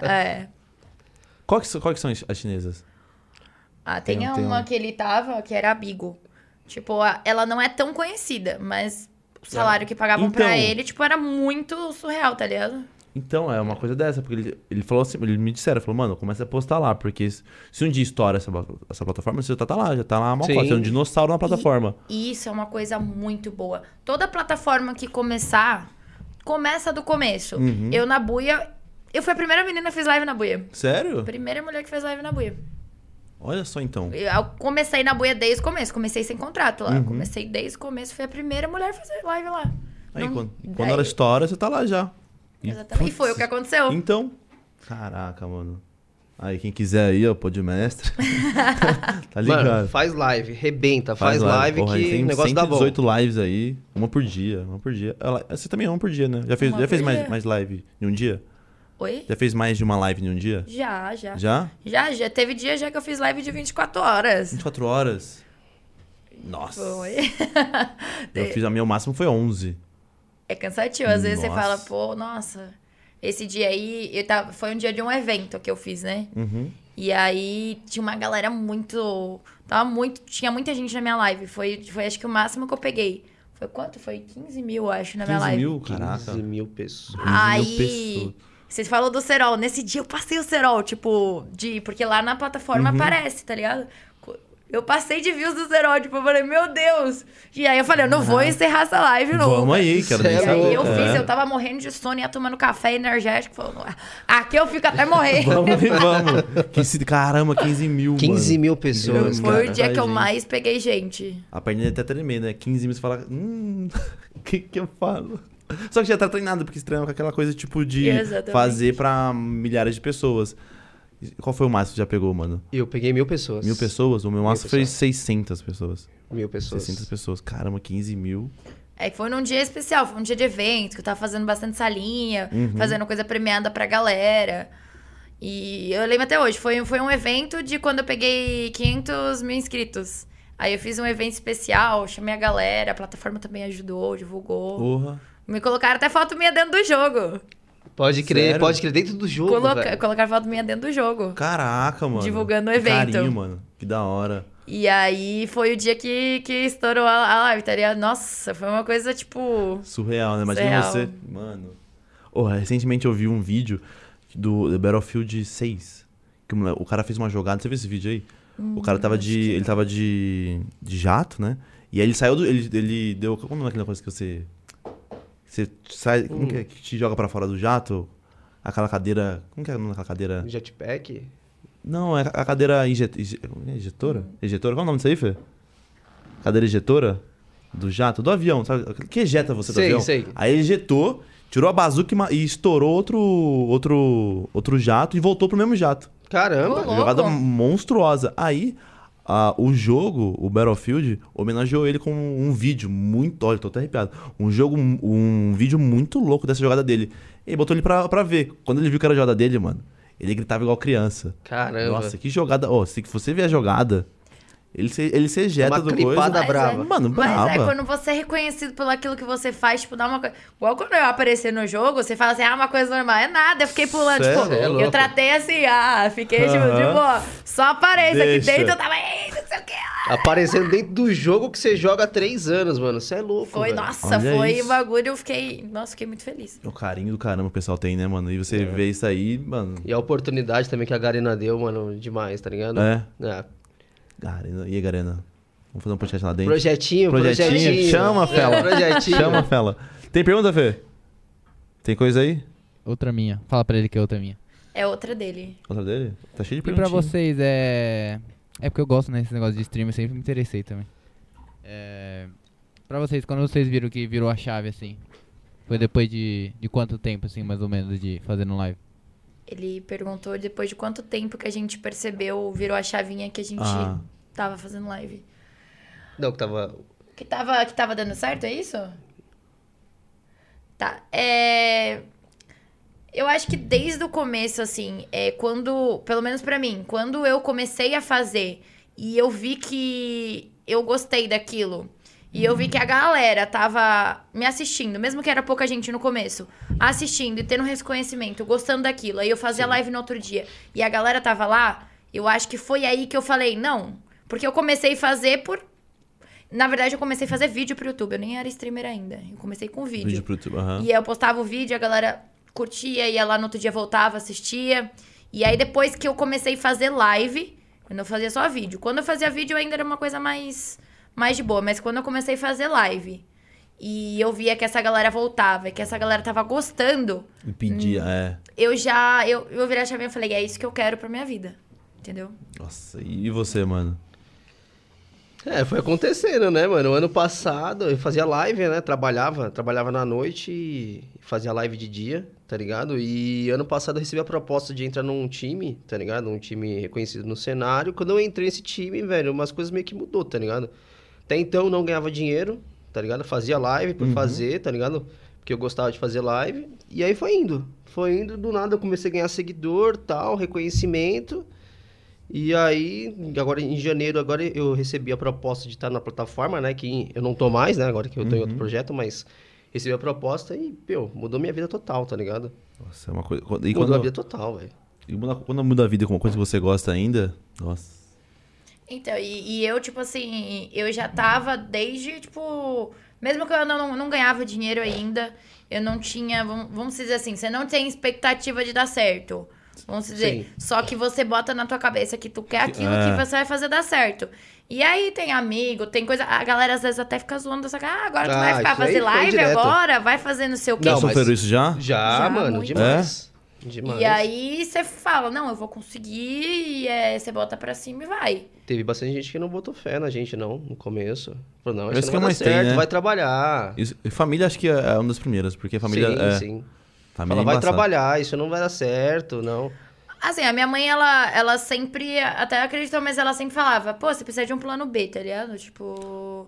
Qual que são as chinesas? Tem uma que ele tava, que era a Bigo. Tipo, ela não é tão conhecida, mas o salário que pagavam pra ele, tipo, era muito surreal, tá ligado? Então, é uma coisa dessa, porque ele falou assim, ele me disseram, falou, mano, começa a postar lá, porque se um dia estoura essa plataforma, você já tá lá mal você é um dinossauro na plataforma. E isso é uma coisa muito boa. Toda plataforma que começa do começo. Eu na Buia, eu fui a primeira menina que fez live na Buia. Sério? Primeira mulher que fez live na Buia. Olha só, então. Eu comecei na Buia desde o começo, comecei sem contrato lá. Comecei desde o começo, fui a primeira mulher a fazer live lá. Aí, quando ela estoura, você tá lá já. Exatamente. E foi o que aconteceu. Então, caraca, mano. Aí, quem quiser aí, ó, Podmestre. Tá ligado? Mano, faz live, rebenta, faz live. Porra, que tem o negócio dá bom. 118 lives aí, uma por dia. Você também é uma por dia, né? Já fez mais live em um dia? Oi? Já fez mais de uma live em um dia? Já. Já? Já teve dia já que eu fiz live de 24 horas. 24 horas? Nossa. Foi. Eu fiz, a minha, o máximo foi 11. É cansativo. Às vezes você Nossa. fala, pô, nossa, esse dia aí, foi um dia de um evento que eu fiz, né? E aí tinha uma galera tinha muita gente na minha live. Foi acho que o máximo que eu peguei. Foi quanto? Foi 15 mil, acho, na minha 15 live. mil? Caraca. 15 mil pessoas. 15 mil pessoas. Você falou do cerol. Nesse dia eu passei o cerol, tipo, porque lá na plataforma aparece, tá ligado? Eu passei de views do cerol, tipo, eu falei, meu Deus. E aí eu falei, eu não vou encerrar essa live, não. Vamos aí, quero E ver. aí eu tava morrendo de sono, ia tomando café energético, falando, aqui eu fico até morrer. Vamos. Caramba, 15 mil, 15 mano. mil pessoas, Foi cara. o dia que eu mais peguei gente. A perninha até tremendo, né? 15 mil, você fala, o que eu falo? Só que já tá treinado, porque você treina com aquela coisa, tipo, de fazer pra milhares de pessoas. Qual foi o máximo que já pegou, mano? Eu peguei 1000 pessoas. 1000 pessoas? O meu máximo foi 600 pessoas. 1000 pessoas. 600 pessoas. Caramba, 15 mil. Foi num dia especial, foi um dia de evento, que eu tava fazendo bastante salinha, fazendo coisa premiada pra galera. E eu lembro até hoje, foi um evento de quando eu peguei 500 mil inscritos. Aí eu fiz um evento especial, chamei a galera, a plataforma também ajudou, divulgou. Porra. Me colocaram até foto minha dentro do jogo. Pode crer, Sério? dentro do jogo, velho. Colocaram foto minha dentro do jogo. Caraca, mano. Divulgando o Que evento. carinho, mano. Que da hora. E aí foi o dia que estourou a live, tá ligado? Nossa, foi uma coisa, tipo... Surreal, né? Imagina surreal. você... Mano... Recentemente eu vi um vídeo do Battlefield 6. Que o cara fez uma jogada... Você viu esse vídeo aí? O cara tava ele tava de jato, né? E aí ele saiu ele deu... Como é aquela coisa que você sai... Como que é que te joga pra fora do jato? aquela cadeira... Como que é o nome daquela cadeira? Jetpack? Não, é a cadeira ejetora? Ejetora? Qual é o nome disso aí, Fê? Cadeira ejetora? Do jato? Do avião, sabe? Que ejeta você do Sei, avião? sei. Aí ele ejetou, tirou a bazuca e estourou outro jato e voltou pro mesmo jato. Caramba. Louco. Jogada monstruosa. Aí, o jogo, o Battlefield, homenageou ele com um vídeo muito... Olha, tô até arrepiado. Um vídeo muito louco dessa jogada dele. E botou ele pra ver. Quando ele viu que era a jogada dele, mano, ele gritava igual criança. Caramba. Nossa, que jogada... Se você ver a jogada, ele se ejeta Uma do coisa. clipada brava. Mano, Mas braba. quando você é reconhecido pelo aquilo que você faz, tipo, dá uma coisa. Igual quando eu aparecer no jogo, você fala assim, uma coisa normal. É nada, eu fiquei pulando. Sério? Tipo, É louco. eu tratei assim, fiquei tipo, Aham. de boa. Só apareço Deixa. aqui dentro, eu tava, ei, não sei o que. Aparecendo dentro do jogo que você joga há 3 anos, mano. Você é louco, Foi, velho. nossa, Olha foi isso. um bagulho, eu fiquei. Nossa, fiquei muito feliz. O carinho do caramba o pessoal tem, né, mano? E você vê isso aí, mano... E a oportunidade também que a Garena deu, mano, demais, tá ligado? É. É. Garena. E aí, Garena? Vamos fazer um podcast lá dentro? Projetinho. Chama, Fela. Projetinho. Chama, Fela. Tem pergunta, Fê? Tem coisa aí? Outra minha. Fala pra ele que é outra minha. É outra dele. Outra dele? Tá cheio de E pra perguntinha. vocês, É porque eu gosto, né, desse negócio de stream, eu sempre me interessei também. Pra vocês, quando vocês viram que virou a chave, assim, foi depois de quanto tempo, assim, mais ou menos, de fazendo live? Ele perguntou depois de quanto tempo que a gente percebeu, virou a chavinha que a gente tava fazendo live. Não, que tava... Que tava dando certo, é isso? Tá. Eu acho que desde o começo, assim, quando... Pelo menos pra mim, quando eu comecei a fazer e eu vi que eu gostei daquilo e eu vi que a galera tava me assistindo, mesmo que era pouca gente no começo, assistindo e tendo reconhecimento, gostando daquilo. Aí eu fazia live no outro dia e a galera tava lá, eu acho que foi aí que eu falei, não. Porque eu comecei a fazer Na verdade, eu comecei a fazer vídeo pro YouTube. Eu nem era streamer ainda. Eu comecei com vídeo. Vídeo pro YouTube, aham. E aí eu postava o vídeo, a galera curtia, ia lá no outro dia, voltava, assistia. E aí depois que eu comecei a fazer live, quando eu fazia só vídeo. Quando eu fazia vídeo ainda era uma coisa mais de boa. Mas quando eu comecei a fazer live e eu via que essa galera voltava e que essa galera tava gostando, E pedia, eu virei a chavinha e falei, é isso que eu quero pra minha vida. Entendeu? Nossa, e você, mano? Foi acontecendo, né, mano? O ano passado eu fazia live, né? Trabalhava na noite e fazia live de dia, tá ligado? E ano passado eu recebi a proposta de entrar num time, tá ligado? Um time reconhecido no cenário. Quando eu entrei nesse time, velho, umas coisas meio que mudou, tá ligado? Até então eu não ganhava dinheiro, tá ligado? Fazia live por fazer, tá ligado? Porque eu gostava de fazer live. E aí foi indo. Foi indo, do nada eu comecei a ganhar seguidor, tal, reconhecimento. E aí, agora em janeiro, eu recebi a proposta de estar na plataforma, né? Que eu não tô mais, né? Agora que eu tô em outro projeto, mas recebi a proposta e, mudou minha vida total, tá ligado? Nossa, é uma coisa... Mudou a vida total, velho. Quando muda a vida com uma coisa que você gosta ainda, nossa... Então, e eu, tipo assim, eu já tava desde, tipo... Mesmo que eu não ganhava dinheiro ainda, eu não tinha... Vamos dizer assim, você não tem expectativa de dar certo. Vamos dizer, Sim. Só que você bota na tua cabeça que tu quer aquilo que você vai fazer dar certo. E aí tem amigo, tem coisa... A galera às vezes até fica zoando dessa cara. Agora tu vai ficar isso aí fazer foi live direto. agora? Vai fazer não sei o quê. Não, Já sofreram isso já? Já, mano, muito. demais. Demais. E aí você fala, não, eu vou conseguir. E você bota pra cima e vai. Teve bastante gente que não botou fé na gente, não, no começo. Falou, não, Esse isso que não vai mais dar tem, certo, né? vai trabalhar. Isso, e família acho que é uma das primeiras, porque família... Sim. Família Fala, é vai embaçado. trabalhar, isso não vai dar certo, não. Assim, a minha mãe, ela sempre, até acreditou, mas ela sempre falava, pô, você precisa de um plano B, tá ligado? Tipo...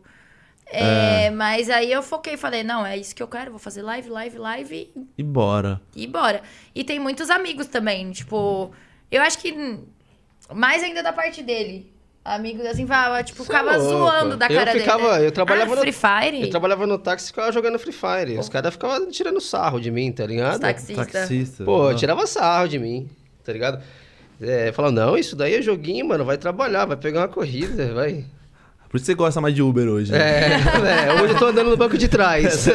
Mas aí eu foquei, falei, não, é isso que eu quero, vou fazer live E bora. e bora. E tem muitos amigos também, tipo... Eu acho que mais ainda da parte dele. Amigos, assim, tipo, ficava louco. zoando da cara dele. Eu trabalhava no... Free Fire? Eu trabalhava no táxi e ficava jogando Free Fire. Os caras ficavam tirando sarro de mim, tá ligado? Os taxistas. Taxista. Pô, Não. tirava sarro de mim, tá ligado? Falava, não, isso daí é joguinho, mano, vai trabalhar, vai pegar uma corrida, vai... Por isso você gosta mais de Uber hoje. Hoje eu tô andando no banco de trás.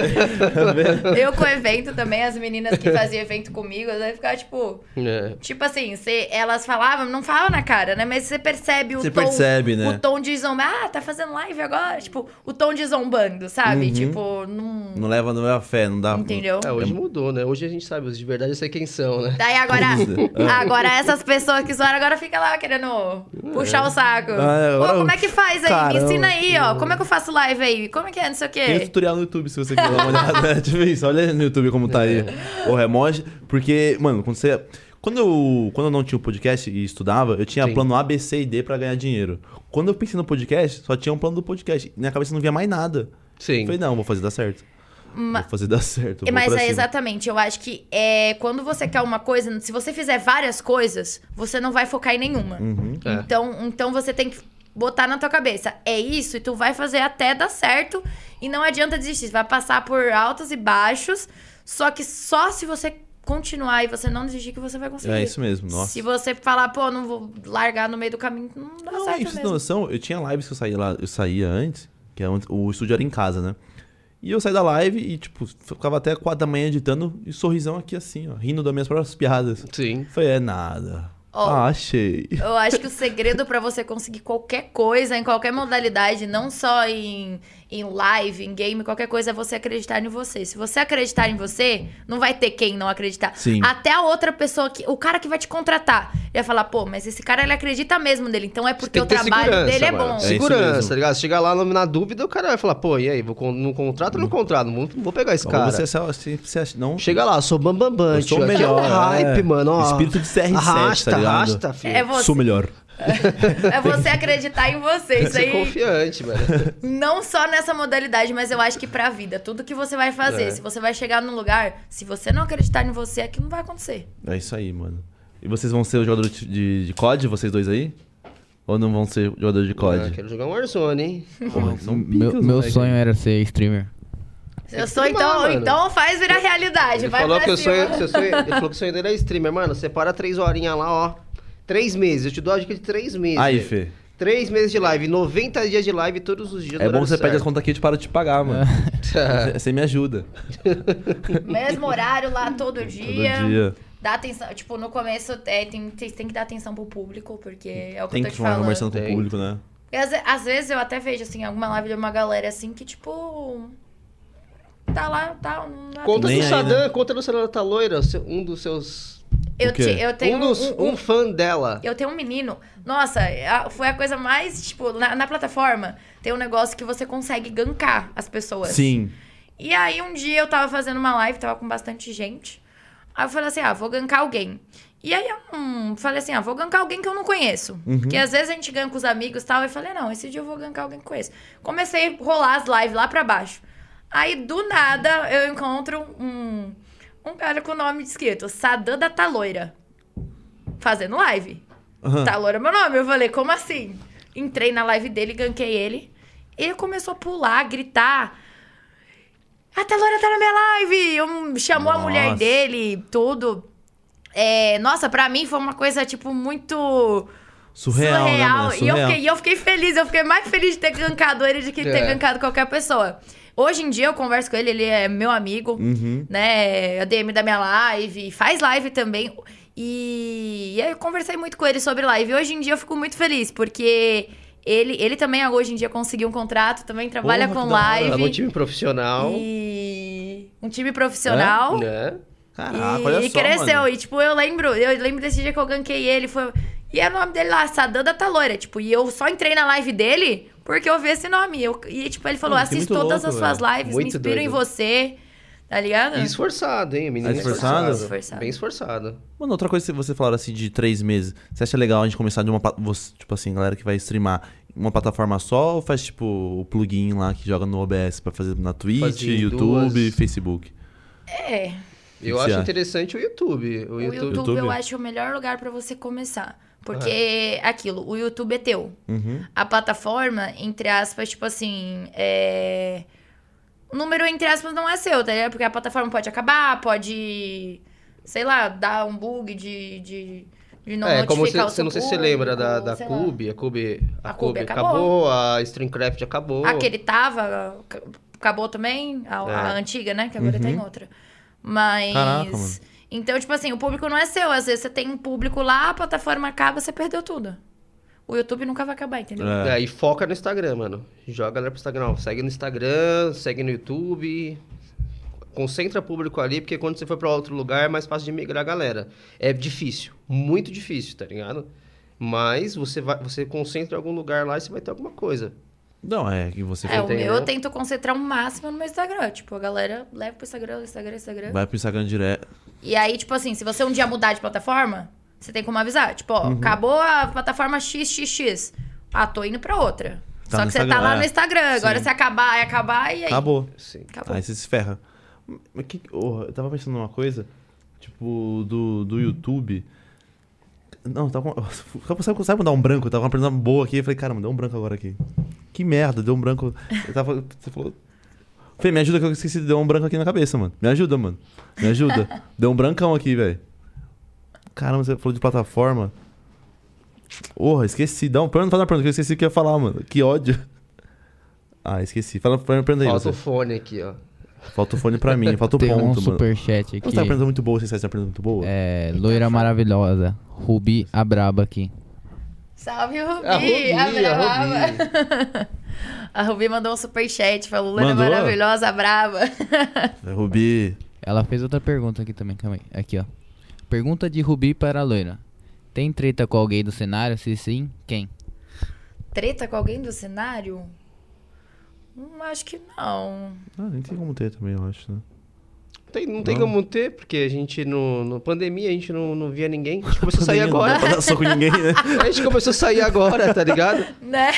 Eu com evento também, as meninas que faziam evento comigo, às vezes ficava tipo... É. Tipo assim, elas falavam, não falavam na cara, né? Mas você percebe o Você tom... percebe, né? O tom de zombar. Ah, tá fazendo live agora? Tipo, o tom de zombando, sabe? Tipo, não... Não leva fé, não dá... Entendeu? Hoje mudou, né? Hoje a gente sabe, os de verdade eu sei quem são, né? Daí agora essas pessoas que zoaram agora fica lá querendo puxar o saco. agora Pô, como é que faz aí? Caramba. Me ensina aí, ó. Como é que eu faço live aí? Como é que é? Não sei o Tem um quê. tutorial no YouTube, se você quiser dar uma olhada. Né? Tipo isso, olha no YouTube como tá aí o remote. Porque, mano, quando eu não tinha o podcast e estudava, eu tinha Sim. plano A, B, C e D pra ganhar dinheiro. Quando eu pensei no podcast, só tinha um plano do podcast. Na minha cabeça não via mais nada. Sim. Eu falei, não, vou fazer dar certo. Vou fazer dar certo. Vou Mas pra é cima. exatamente, eu acho que quando você quer uma coisa, se você fizer várias coisas, você não vai focar em nenhuma. É. Então você tem que botar na tua cabeça, é isso, e tu vai fazer até dar certo, e não adianta desistir, você vai passar por altos e baixos, só que só se você continuar e você não desistir que você vai conseguir. É isso mesmo, nossa. Se você falar, pô, não vou largar no meio do caminho, não dá Não, certo e pra você ter mesmo. noção, eu tinha lives que eu saía antes, que o estúdio era em casa, né? E eu saí da live e, tipo, ficava até 4 da manhã editando e sorrisão aqui assim, ó, rindo das minhas próprias piadas. Sim. Falei, é nada. Ó, Achei. Eu acho que o segredo pra você conseguir qualquer coisa, em qualquer modalidade, não só em live, em game, qualquer coisa, é você acreditar em você. Se você acreditar em você, não vai ter quem não acreditar. Sim. Até a outra pessoa, o cara que vai te contratar, ele vai falar, pô, mas esse cara, ele acredita mesmo nele, então é porque Tem o que ter trabalho segurança, dele é mano. bom. isso Segurança, mesmo. tá ligado? Se chegar lá na dúvida, o cara vai falar, pô, e aí, não contrato ou não contrato? Não vou pegar esse cara. Você não... Chega lá, sou bambambam, Eu sou o tio, aqui é melhor, o hype, mano, ó. Espírito de CR7, arrasta, tá ligado? arrasta, filho. É você. Sou melhor. É você acreditar em você. Tem que Isso ser aí, confiante, mano. não só nessa modalidade, mas eu acho que pra vida, tudo que você vai fazer, se você vai chegar num lugar, se você não acreditar em você, aquilo não vai acontecer. É isso aí, mano. E vocês vão ser o jogador de COD, vocês dois aí? Ou não vão ser jogador de Ah, COD? quero jogar um Warzone, hein? Porra, são Meu picas, moleque. sonho era ser streamer. Eu sou, streamar, então, mano. então faz virar realidade. Ele vai falou pra que cima. ele falou que o sonho dele é streamer. Mano, separa 3 horinhas lá, ó. 3 meses. Eu te dou a dica de 3 meses. Aí, velho. Fê. 3 meses de live, 90 dias de live todos os dias. É no bom horário que você pede as certo. contas aqui e te para de te pagar, mano. Você me ajuda. Mesmo horário lá todo dia. Todo dia. Dá atenção. Tipo, no começo tem que dar atenção pro público, porque é o que Tem eu que tô te ficar falando. conversando com o Tem. público, né? E às vezes eu até vejo, assim, alguma live de uma galera assim que, tipo. Tá lá, tá. Não dá Conta Nem do aí, Sadam, né? conta do Sadam da Loira, um dos seus... Eu, O quê? eu tenho Um fã dela. Eu tenho um menino. Nossa, foi a coisa mais, tipo, na plataforma tem um negócio que você consegue gankar as pessoas. Sim. E aí um dia eu tava fazendo uma live, tava com bastante gente. Aí eu falei assim, vou gankar alguém. E aí eu falei assim, vou gankar alguém que eu não conheço. Porque às vezes a gente ganka os amigos e tal. Eu falei, não, esse dia eu vou gankar alguém que eu conheço. Comecei a rolar as lives lá pra baixo. Aí, do nada, eu encontro um cara com o nome escrito, Sadam da Taloira, fazendo live. Aham. Taloira é meu nome. Eu falei, como assim? Entrei na live dele, gankei ele. Ele começou a pular, gritar. A Taloira tá na minha live! Chamou a mulher Nossa. dele, tudo. Nossa, pra mim foi uma coisa, tipo, muito... Surreal, né, mano? Surreal. E eu fiquei feliz. Eu fiquei mais feliz de ter gankado ele do que de ter gankado qualquer pessoa. Hoje em dia eu converso com ele, ele é meu amigo, né? A DM da minha live, faz live também. E aí eu conversei muito com ele sobre live. E hoje em dia eu fico muito feliz, porque ele também hoje em dia conseguiu um contrato, também trabalha Porra, com que da hora. live. Ela é um time profissional. E um time profissional. Né? Caraca, olha E só, cresceu. mano. E, tipo, eu lembro desse dia que eu gankei ele. E é o nome dele lá, Sadam da Taloira. Tipo, e eu só entrei na live dele porque eu vi esse nome. E, tipo, ele falou, Mano, que assisto muito todas louco, as suas velho. lives, Muito me inspiro em doido. você. Tá ligado? E esforçado, hein? Menino Esforçado? Esforçado. Bem esforçado. Mano, outra coisa que você falaram assim de 3 meses. Você acha legal a gente começar de tipo assim, galera que vai streamar uma plataforma só ou faz tipo o plugin lá que joga no OBS pra fazer na Twitch, Fazer em YouTube, duas. Facebook? Eu você acho acha? interessante o YouTube. O YouTube YouTube? eu acho o melhor lugar pra você começar. Porque aquilo, o YouTube é teu. Uhum. A plataforma, entre aspas, tipo assim, o número, entre aspas, não é seu, tá ligado? Porque a plataforma pode acabar, pode, sei lá, dar um bug de De não como notificar o você seu não sei se você público, lembra da sei lá. Cube. A A Cube Cube acabou, a Streamcraft acabou. Aquele tava, acabou também, a antiga, né? Que agora tá em outra. Mas... Caraca, mano. Então, tipo assim, o público não é seu. Às vezes você tem um público lá, a plataforma acaba, você perdeu tudo. O YouTube nunca vai acabar, entendeu? É. E foca no Instagram, mano. Joga a galera pro Instagram. Segue no Instagram, segue no YouTube. Concentra público ali, porque quando você for pra outro lugar é mais fácil de migrar a galera. É difícil, muito difícil, tá ligado? Mas você concentra em algum lugar lá e você vai ter alguma coisa. Não, é que você O meu entendeu? eu tento concentrar o máximo no meu Instagram. Tipo, a galera leva pro Instagram. vai pro Instagram direto. E aí, tipo assim, se você um dia mudar de plataforma, você tem como avisar. Tipo, ó, acabou a plataforma XXX. Ah, tô indo pra outra. Tá Só no que você Instagram, tá lá é. no Instagram. Agora Sim. se acabar, e aí? Acabou. Sim. Acabou. Aí você se ferra. Mas eu tava pensando numa coisa, tipo, do YouTube. Não, tava com... Sabe quando dá um branco? Eu tava com uma pergunta boa aqui. Eu falei, caramba, deu um branco agora aqui. Que merda, deu um branco. Você falou. Falei, me ajuda que eu esqueci, deu um branco aqui na cabeça, mano. Me ajuda, mano. Me ajuda. Deu um brancão aqui, velho. Caramba, você falou de plataforma. Porra, esqueci. Faz uma pergunta que eu esqueci o que eu ia falar, mano. Que ódio. Ah, esqueci. Fala, pergunta aí. Falta Você. o fone aqui, ó. Falta o fone pra mim, falta o Tem um ponto, mano. superchat aqui. Você tá uma pergunta muito boa, você faz uma pergunta muito boa? É, loira maravilhosa. Rubi a braba aqui. Salve, Rubi! A Rubi, a brava. a Rubi. A Rubi mandou um superchat, falou, Luna Mandou? maravilhosa, brava. É, Rubi. Ela fez outra pergunta aqui também, calma aí. Aqui, ó. Pergunta de Rubi para a loira. Tem treta com alguém do cenário? Se sim, quem? Treta com alguém do cenário? Acho que não. Ah, nem tem como ter também, eu acho, né? Não tem Não. como ter, porque a gente, no pandemia, a gente não via ninguém. A gente começou a sair agora. Não dá pra dar soco em ninguém, né? A gente começou a sair agora, tá ligado? Né?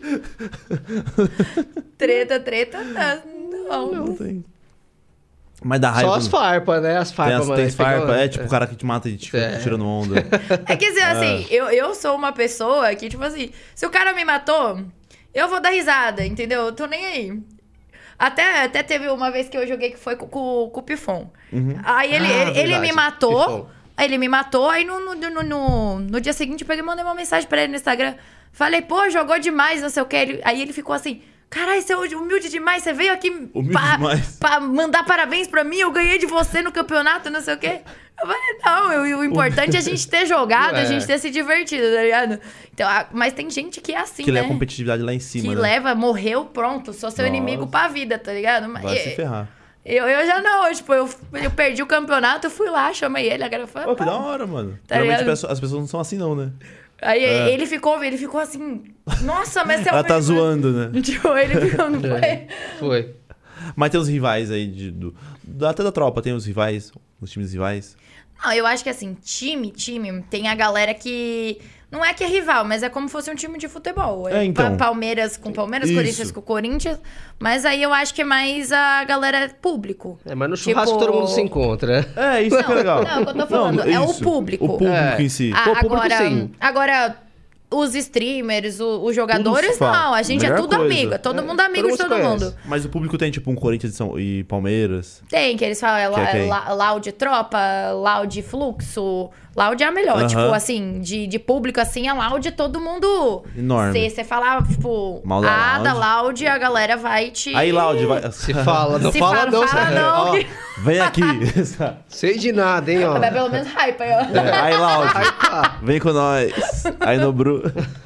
treta, não. Não tem. Mas dá raiva. Só as farpas, né? As Tem, farpas, mano. tem Aí farpa, pegou- tipo o cara que te mata e te fica É. tirando onda. É que assim, eu sou uma pessoa que, tipo assim, se o cara me matou, eu vou dar risada, entendeu? Eu tô nem aí. Até teve uma vez que eu joguei que foi com o Pifon. Aí ele verdade, me matou. Pifon. Aí ele me matou. Aí no dia seguinte eu peguei e mandei uma mensagem pra ele no Instagram. Falei, pô, jogou demais, não sei o que. Aí ele ficou assim, caralho, você é humilde demais. Você veio aqui Humilde demais. pra mandar parabéns pra mim. Eu ganhei de você no campeonato, não sei o quê. Eu falei, não, o importante é a gente ter jogado, a É. gente ter se divertido, tá ligado? Então, mas tem gente que é assim, Que né? leva a competitividade lá em cima, Que né? leva, morreu, pronto. Sou seu Nossa. inimigo pra vida, tá ligado? Mas Vai se ferrar. eu já não, tipo, eu perdi o campeonato, eu fui lá, chamei ele, agora foi. Pô, que da hora, mano. Tá Geralmente ligado? as pessoas não são assim, não, né? Aí ele ficou assim, nossa, mas você é Ela tá meu- zoando, né? Tipo, ele ficou, não foi? Foi. Mas tem os rivais aí, até da tropa, tem os rivais, os times rivais. Não, eu acho que assim, time, tem a galera que. Não é que é rival, mas é como se fosse um time de futebol. É, então. Palmeiras com Palmeiras, Isso. Corinthians com Corinthians. Mas aí eu acho que é mais a galera público. É, mas no churrasco Tipo- todo mundo se encontra. É, isso que é legal. Não, o que eu tô falando é o isso. público. O público É. em si. Ah, Pô, público, sim. agora, os streamers, os jogadores, se fala. não. A gente é Melhor tudo coisa. amigo. É todo É, mundo amigo todo de mundo todo se mundo. conhece. Mas o público tem, tipo, um Corinthians e Palmeiras. Tem, que eles falam Que é quem? Loud Tropa, Loud Fluxo. Loud é a melhor. Aham. Tipo, assim, de público, assim, a Loud todo mundo... Enorme. Você fala, tipo, Mal da da Loud. Loud, a galera vai te... Aí, Loud, vai. Se fala, não Se fala, não. fala não. Ó, que- Vem aqui. sei de nada, hein, ó. Mas pelo menos hype, aí, ó. É, aí, Loud, Aí tá. vem com nós. Aí no Bru.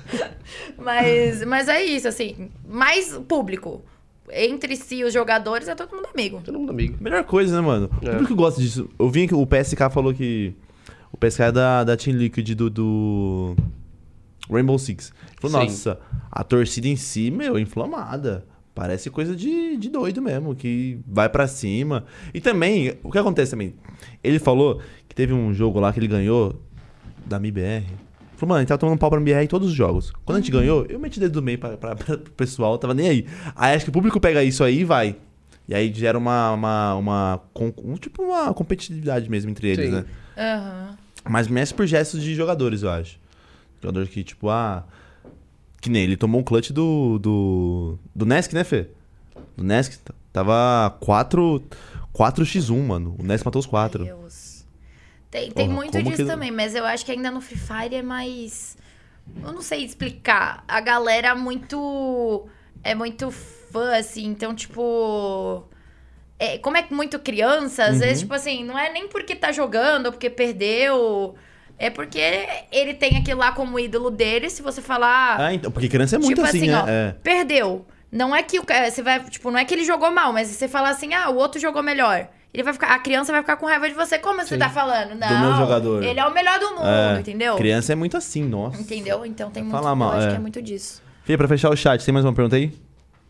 Mas é isso, assim, mais público. Entre si, os jogadores, é todo mundo amigo. Todo mundo amigo. Melhor coisa, né, mano? O É. público gosta disso. Eu vi que o PSK falou que. O PSK é da Team Liquid do Rainbow Six. Ele falou, Sim. nossa, a torcida em si, meu, é inflamada. Parece coisa de doido mesmo, que vai pra cima. E também, o que acontece também? Ele falou que teve um jogo lá que ele ganhou da MIBR. Falou, mano, ele tava tomando pau pra MIBR em todos os jogos. Quando a gente ganhou, eu meti dedo do meio pro pessoal, tava nem aí. Aí acho que o público pega isso aí e vai. E aí gera uma competitividade mesmo entre eles, Sim. né? Aham. Mas mexe por gestos de jogadores, eu acho. Jogador que, tipo, que nem ele tomou um clutch do Nesk, né, Fê? Do Nesk tava 4x1, mano. O Nesk matou os 4. Deus. Tem Porra, muito como disso que- também, mas eu acho que ainda no Free Fire é mais... Eu não sei explicar. A galera é muito fã, assim, então, tipo... como é muito criança, às vezes, tipo assim, não é nem porque tá jogando ou porque perdeu... É porque ele tem aquilo lá como ídolo dele, se você falar... Ah, então, porque criança é muito tipo assim, assim, né? ó, perdeu. Não é que você vai, tipo, não é que ele jogou mal, mas se você falar assim, o outro jogou melhor. A criança vai ficar com raiva de você. Como você tá falando? Não. meu jogador. Ele é o melhor do mundo, entendeu? Criança é muito assim, nossa. Entendeu? Então tem muito. Falar mal, eu acho que é muito disso. Fê, pra fechar o chat, tem mais uma pergunta aí?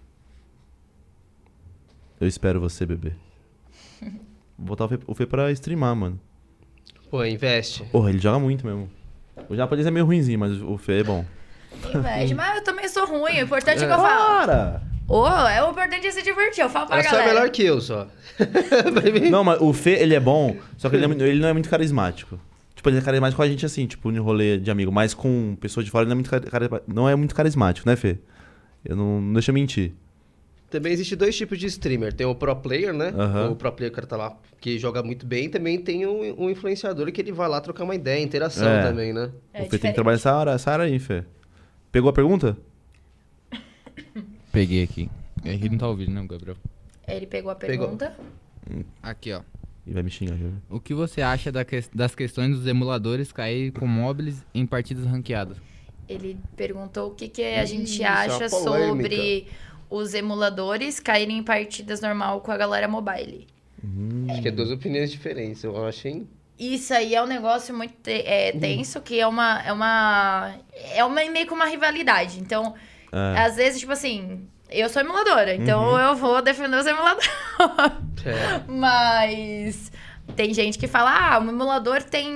Eu espero você, bebê. Vou botar o Fê pra streamar, mano. Pô, investe. Porra, ele joga muito mesmo. O japonês é meio ruimzinho, mas o Fê é bom. Inveja, mas eu também sou ruim. O importante é que eu falo. Para! O importante é se divertir. Eu falo pra Ela só galera. é melhor que eu, só. Não, mas o Fê, ele é bom, só que ele não é muito carismático. Tipo, ele é carismático com a gente assim, tipo, no rolê de amigo. Mas com pessoas de fora ele não é muito carismático, né, Fê? Eu não deixa eu mentir. Também existe dois tipos de streamer. Tem o pro player, né? Aham. O pro player, o cara tá lá, que joga muito bem. Também tem um influenciador que ele vai lá trocar uma ideia, interação É. também, né? É O Fê tem que diferente. trabalhar essa área aí, Fê. Pegou a pergunta? Peguei aqui. Ele não tá ouvindo, não, Gabriel. Ele pegou a Pegou. pergunta. Aqui, ó. E vai me xingar, viu? O que você acha das questões dos emuladores caírem com móveis em partidas ranqueadas? Ele perguntou o que a gente Isso, acha uma polêmica. sobre os emuladores caírem em partidas normal com a galera mobile. Acho que é duas opiniões diferentes, eu acho, hein? Isso aí é um negócio muito tenso, que é meio que uma rivalidade. Então, às vezes, tipo assim, eu sou emuladora, então eu vou defender os emuladores. É. Mas tem gente que fala, o emulador tem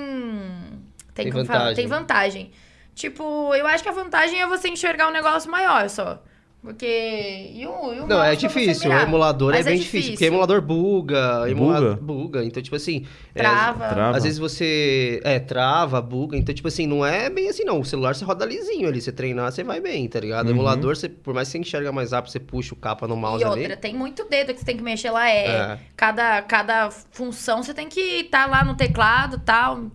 como fala? vantagem. Tem vantagem. Tipo, eu acho que a vantagem é você enxergar um negócio maior só. Porque. E o Não, mouse é pra você difícil. O mirar. emulador Mas é bem difícil. Porque emulador buga. Buga. Então, tipo assim. Trava. Às vezes você. Trava, buga. Então, tipo assim, não é bem assim, não. O celular você roda lisinho ali. Você treinar, você vai bem, tá ligado? O emulador, por mais que você enxerga mais rápido, você puxa o capa no mouse E outra, ali. tem muito dedo que você tem que mexer lá. É. Cada função você tem que estar lá no teclado e tal.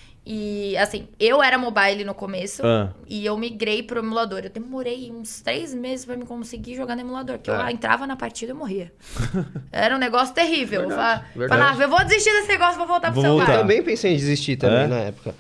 E, assim, eu era mobile no começo e eu migrei pro emulador. Eu demorei uns 3 meses pra me conseguir jogar no emulador. Porque eu entrava na partida e morria. Era um negócio terrível. Verdade. Falava, eu vou desistir desse negócio, vou voltar pro celular. Eu também pensei em desistir também na época.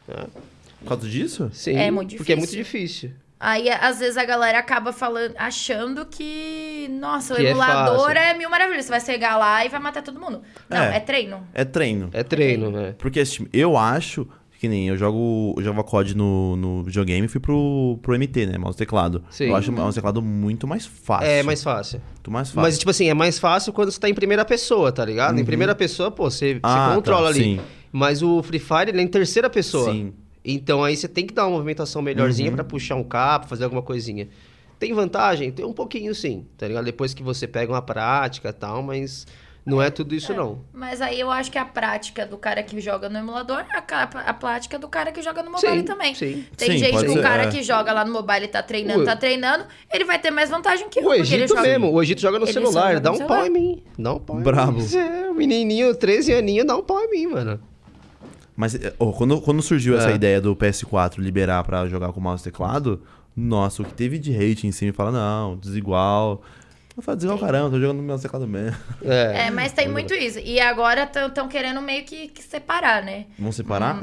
Por causa disso? Sim, É muito porque é muito difícil. difícil. Aí, às vezes, a galera acaba achando que... Nossa, o Que é emulador fácil. é mil maravilhas. Você vai chegar lá e vai matar todo mundo. Não, é treino. É treino. É treino, né? Porque assim, eu acho que nem eu jogava COD no videogame e fui pro MT, né? Mouse e teclado. Sim. Eu acho o mouse e teclado muito mais fácil. É mais fácil. Muito mais fácil. Mas, tipo assim, é mais fácil quando você tá em primeira pessoa, tá ligado? Em primeira pessoa, pô, você controla ali. Sim. Mas o Free Fire, ele é em terceira pessoa. Sim. Então aí você tem que dar uma movimentação melhorzinha pra puxar um capa, fazer alguma coisinha. Tem vantagem? Tem um pouquinho sim, tá ligado? Depois que você pega uma prática e tal, mas não é tudo isso não. Mas aí eu acho que a prática do cara que joga no emulador é a prática do cara que joga no mobile também. Sim. Tem Sim, gente, pode o ser, cara que joga lá no mobile e tá treinando, ele vai ter mais vantagem que eu. O porque ele Egito joga- mesmo, o Egito joga no Ele só celular, joga dá no um celular. pau em mim. Dá um pau em Brabo. mim. É, o menininho, 13 aninhos, dá um pau em mim, mano. Mas quando surgiu essa ideia do PS4 liberar pra jogar com mouse e teclado, nossa, o que teve de hate em cima fala, não, desigual. Eu falo, desigual caramba, tô jogando no mouse e teclado mesmo. Mas tem muito isso. E agora estão querendo meio que separar, né? Vamos separar?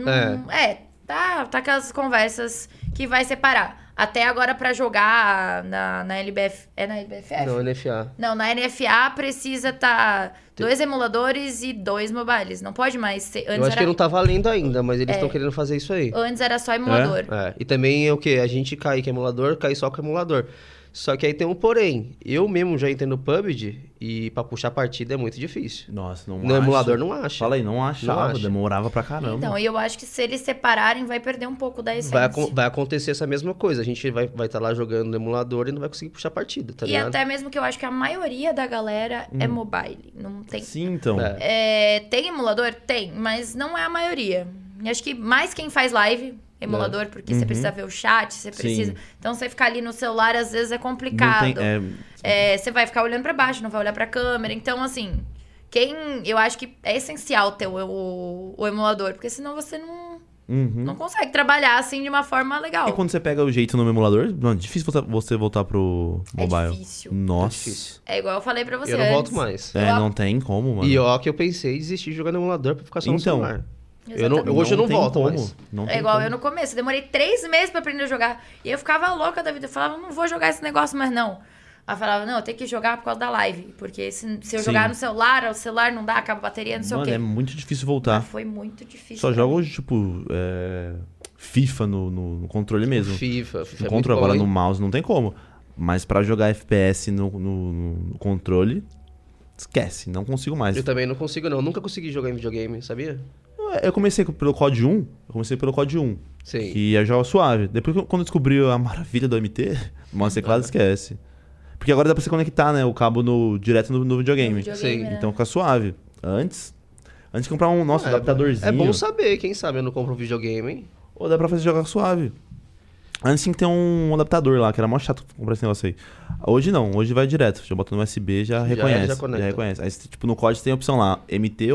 Tá aquelas conversas que vai separar. Até agora pra jogar na LBF... É na LBFF? Não, NFA. Não, na NFA precisa estar 2 emuladores e 2 mobiles. Não pode mais ser... Eu acho que não tá valendo ainda, mas eles estão querendo fazer isso aí. Antes era só emulador. E também é o que? A gente cai com emulador, cai só com emulador. Só que aí tem um porém. Eu mesmo já entendo PUBG e pra puxar partida é muito difícil. Nossa, não No emulador não acha. Fala aí, não achava, Não acha. demorava pra caramba. Então, e eu acho que se eles separarem, vai perder um pouco da essência. Vai acontecer essa mesma coisa. A gente vai estar lá jogando no emulador e não vai conseguir puxar partida, tá E ligado? até mesmo que eu acho que a maioria da galera é mobile. Não tem... Sim, então. Tem emulador? Tem, mas não é a maioria. E acho que mais quem faz live, emulador, porque você precisa ver o chat, você precisa... Então, você ficar ali no celular, às vezes, é complicado. Não tem, Você vai ficar olhando pra baixo, não vai olhar pra câmera. Então, assim, Eu acho que é essencial ter o emulador, porque senão você não consegue trabalhar assim de uma forma legal. E quando você pega o jeito no emulador, mano, difícil você voltar pro mobile. É difícil. Nossa. difícil. É igual eu falei pra você Eu não antes. volto mais. É, não tem como, mano. E ó, que eu pensei em desistir de jogar no emulador pra ficar só no Então. celular. Exatamente. Hoje eu não tem volto como. mais. Não É tem igual como. eu no começo. Eu demorei 3 meses pra aprender a jogar. E eu ficava louca da vida. Eu falava, não vou jogar esse negócio mais não. Aí eu falava, não, eu tenho que jogar por causa da live. Porque se eu Sim. jogar no celular, o celular não dá, acaba a bateria, não sei Mano, o quê. é muito difícil voltar. Mas foi muito difícil. Só pra jogo, mim. tipo, FIFA no controle mesmo. FIFA No é muito controle, bom, agora hein? no mouse não tem como. Mas pra jogar FPS no controle, esquece, não consigo mais. Eu também não consigo, não. Nunca consegui jogar em videogame, sabia? Eu comecei pelo COD 1, Sim. que ia jogar suave. Depois, quando eu descobri a maravilha do MT, mouse teclado, esquece. Porque agora dá pra você conectar, né, o cabo direto no videogame. Sim. né? Então fica suave. Antes de comprar um nosso adaptadorzinho. É bom saber, quem sabe eu não compro um videogame, hein? Ou dá pra fazer jogar suave. Antes tinha que ter um adaptador lá, que era mó chato comprar esse negócio aí. Hoje não, hoje vai direto. Já bota no USB, já reconhece. já conecta. reconhece. Aí, tipo, no COD tem a opção lá, MT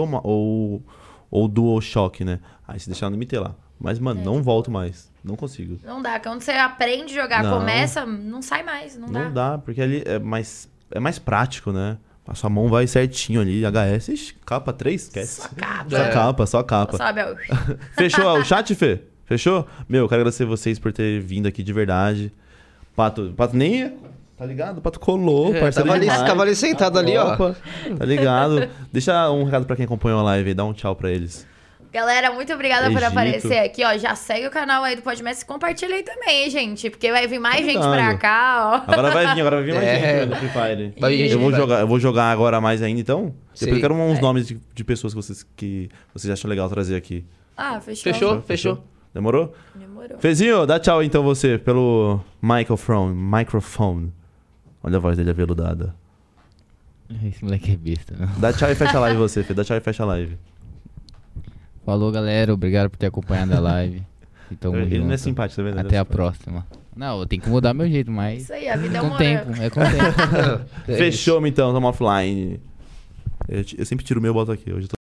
ou DualShock, né? Aí você deixa no MT lá. Mas, mano, não volto mais. Não consigo. Não dá. Quando você aprende a jogar, Não. começa, não sai mais. Não Não dá. dá, porque ali é mais prático, né? A sua mão vai certinho ali, HS, ixi, capa 3, esquece. Só capa. Só capa, só capa. Sabe? Fechou ó, o chat, Fê? Fechou? Meu, quero agradecer vocês por terem vindo aqui de verdade. Pato nem... Tá ligado? O Pato colou, parceiro demais. Tava ali sentado ali, ó. Opa, tá ligado? Deixa um recado pra quem acompanhou a live aí, dá um tchau pra eles. Galera, muito obrigada por Egito. aparecer aqui, ó. Já segue o canal aí do Podmestre e compartilha aí também, hein, gente. Porque vai vir mais Tá gente ligado. pra cá, ó. Agora vai vir mais É. gente no Free Fire. Vai vir Eu vou jogar agora mais ainda, então. Depois Sim. eu quero uns nomes de pessoas que vocês acham legal trazer aqui. Ah, fechou. Fechou. Demorou? Demorou. Fezinho, dá tchau então você, pelo microphone. Olha a voz dele aveludada. Esse moleque é besta, né? Dá tchau e fecha a live você, Fê. Dá tchau e fecha a live. Falou, galera. Obrigado por ter acompanhado a live. E tamo Ele não é junto. simpático, tá vendo? Até a próxima. Não, eu tenho que mudar meu jeito, mas... Isso aí, a vida é com uma tempo, é com tempo. É isso. Fechou então, tamo offline. Eu sempre tiro o meu e boto aqui. Hoje eu tô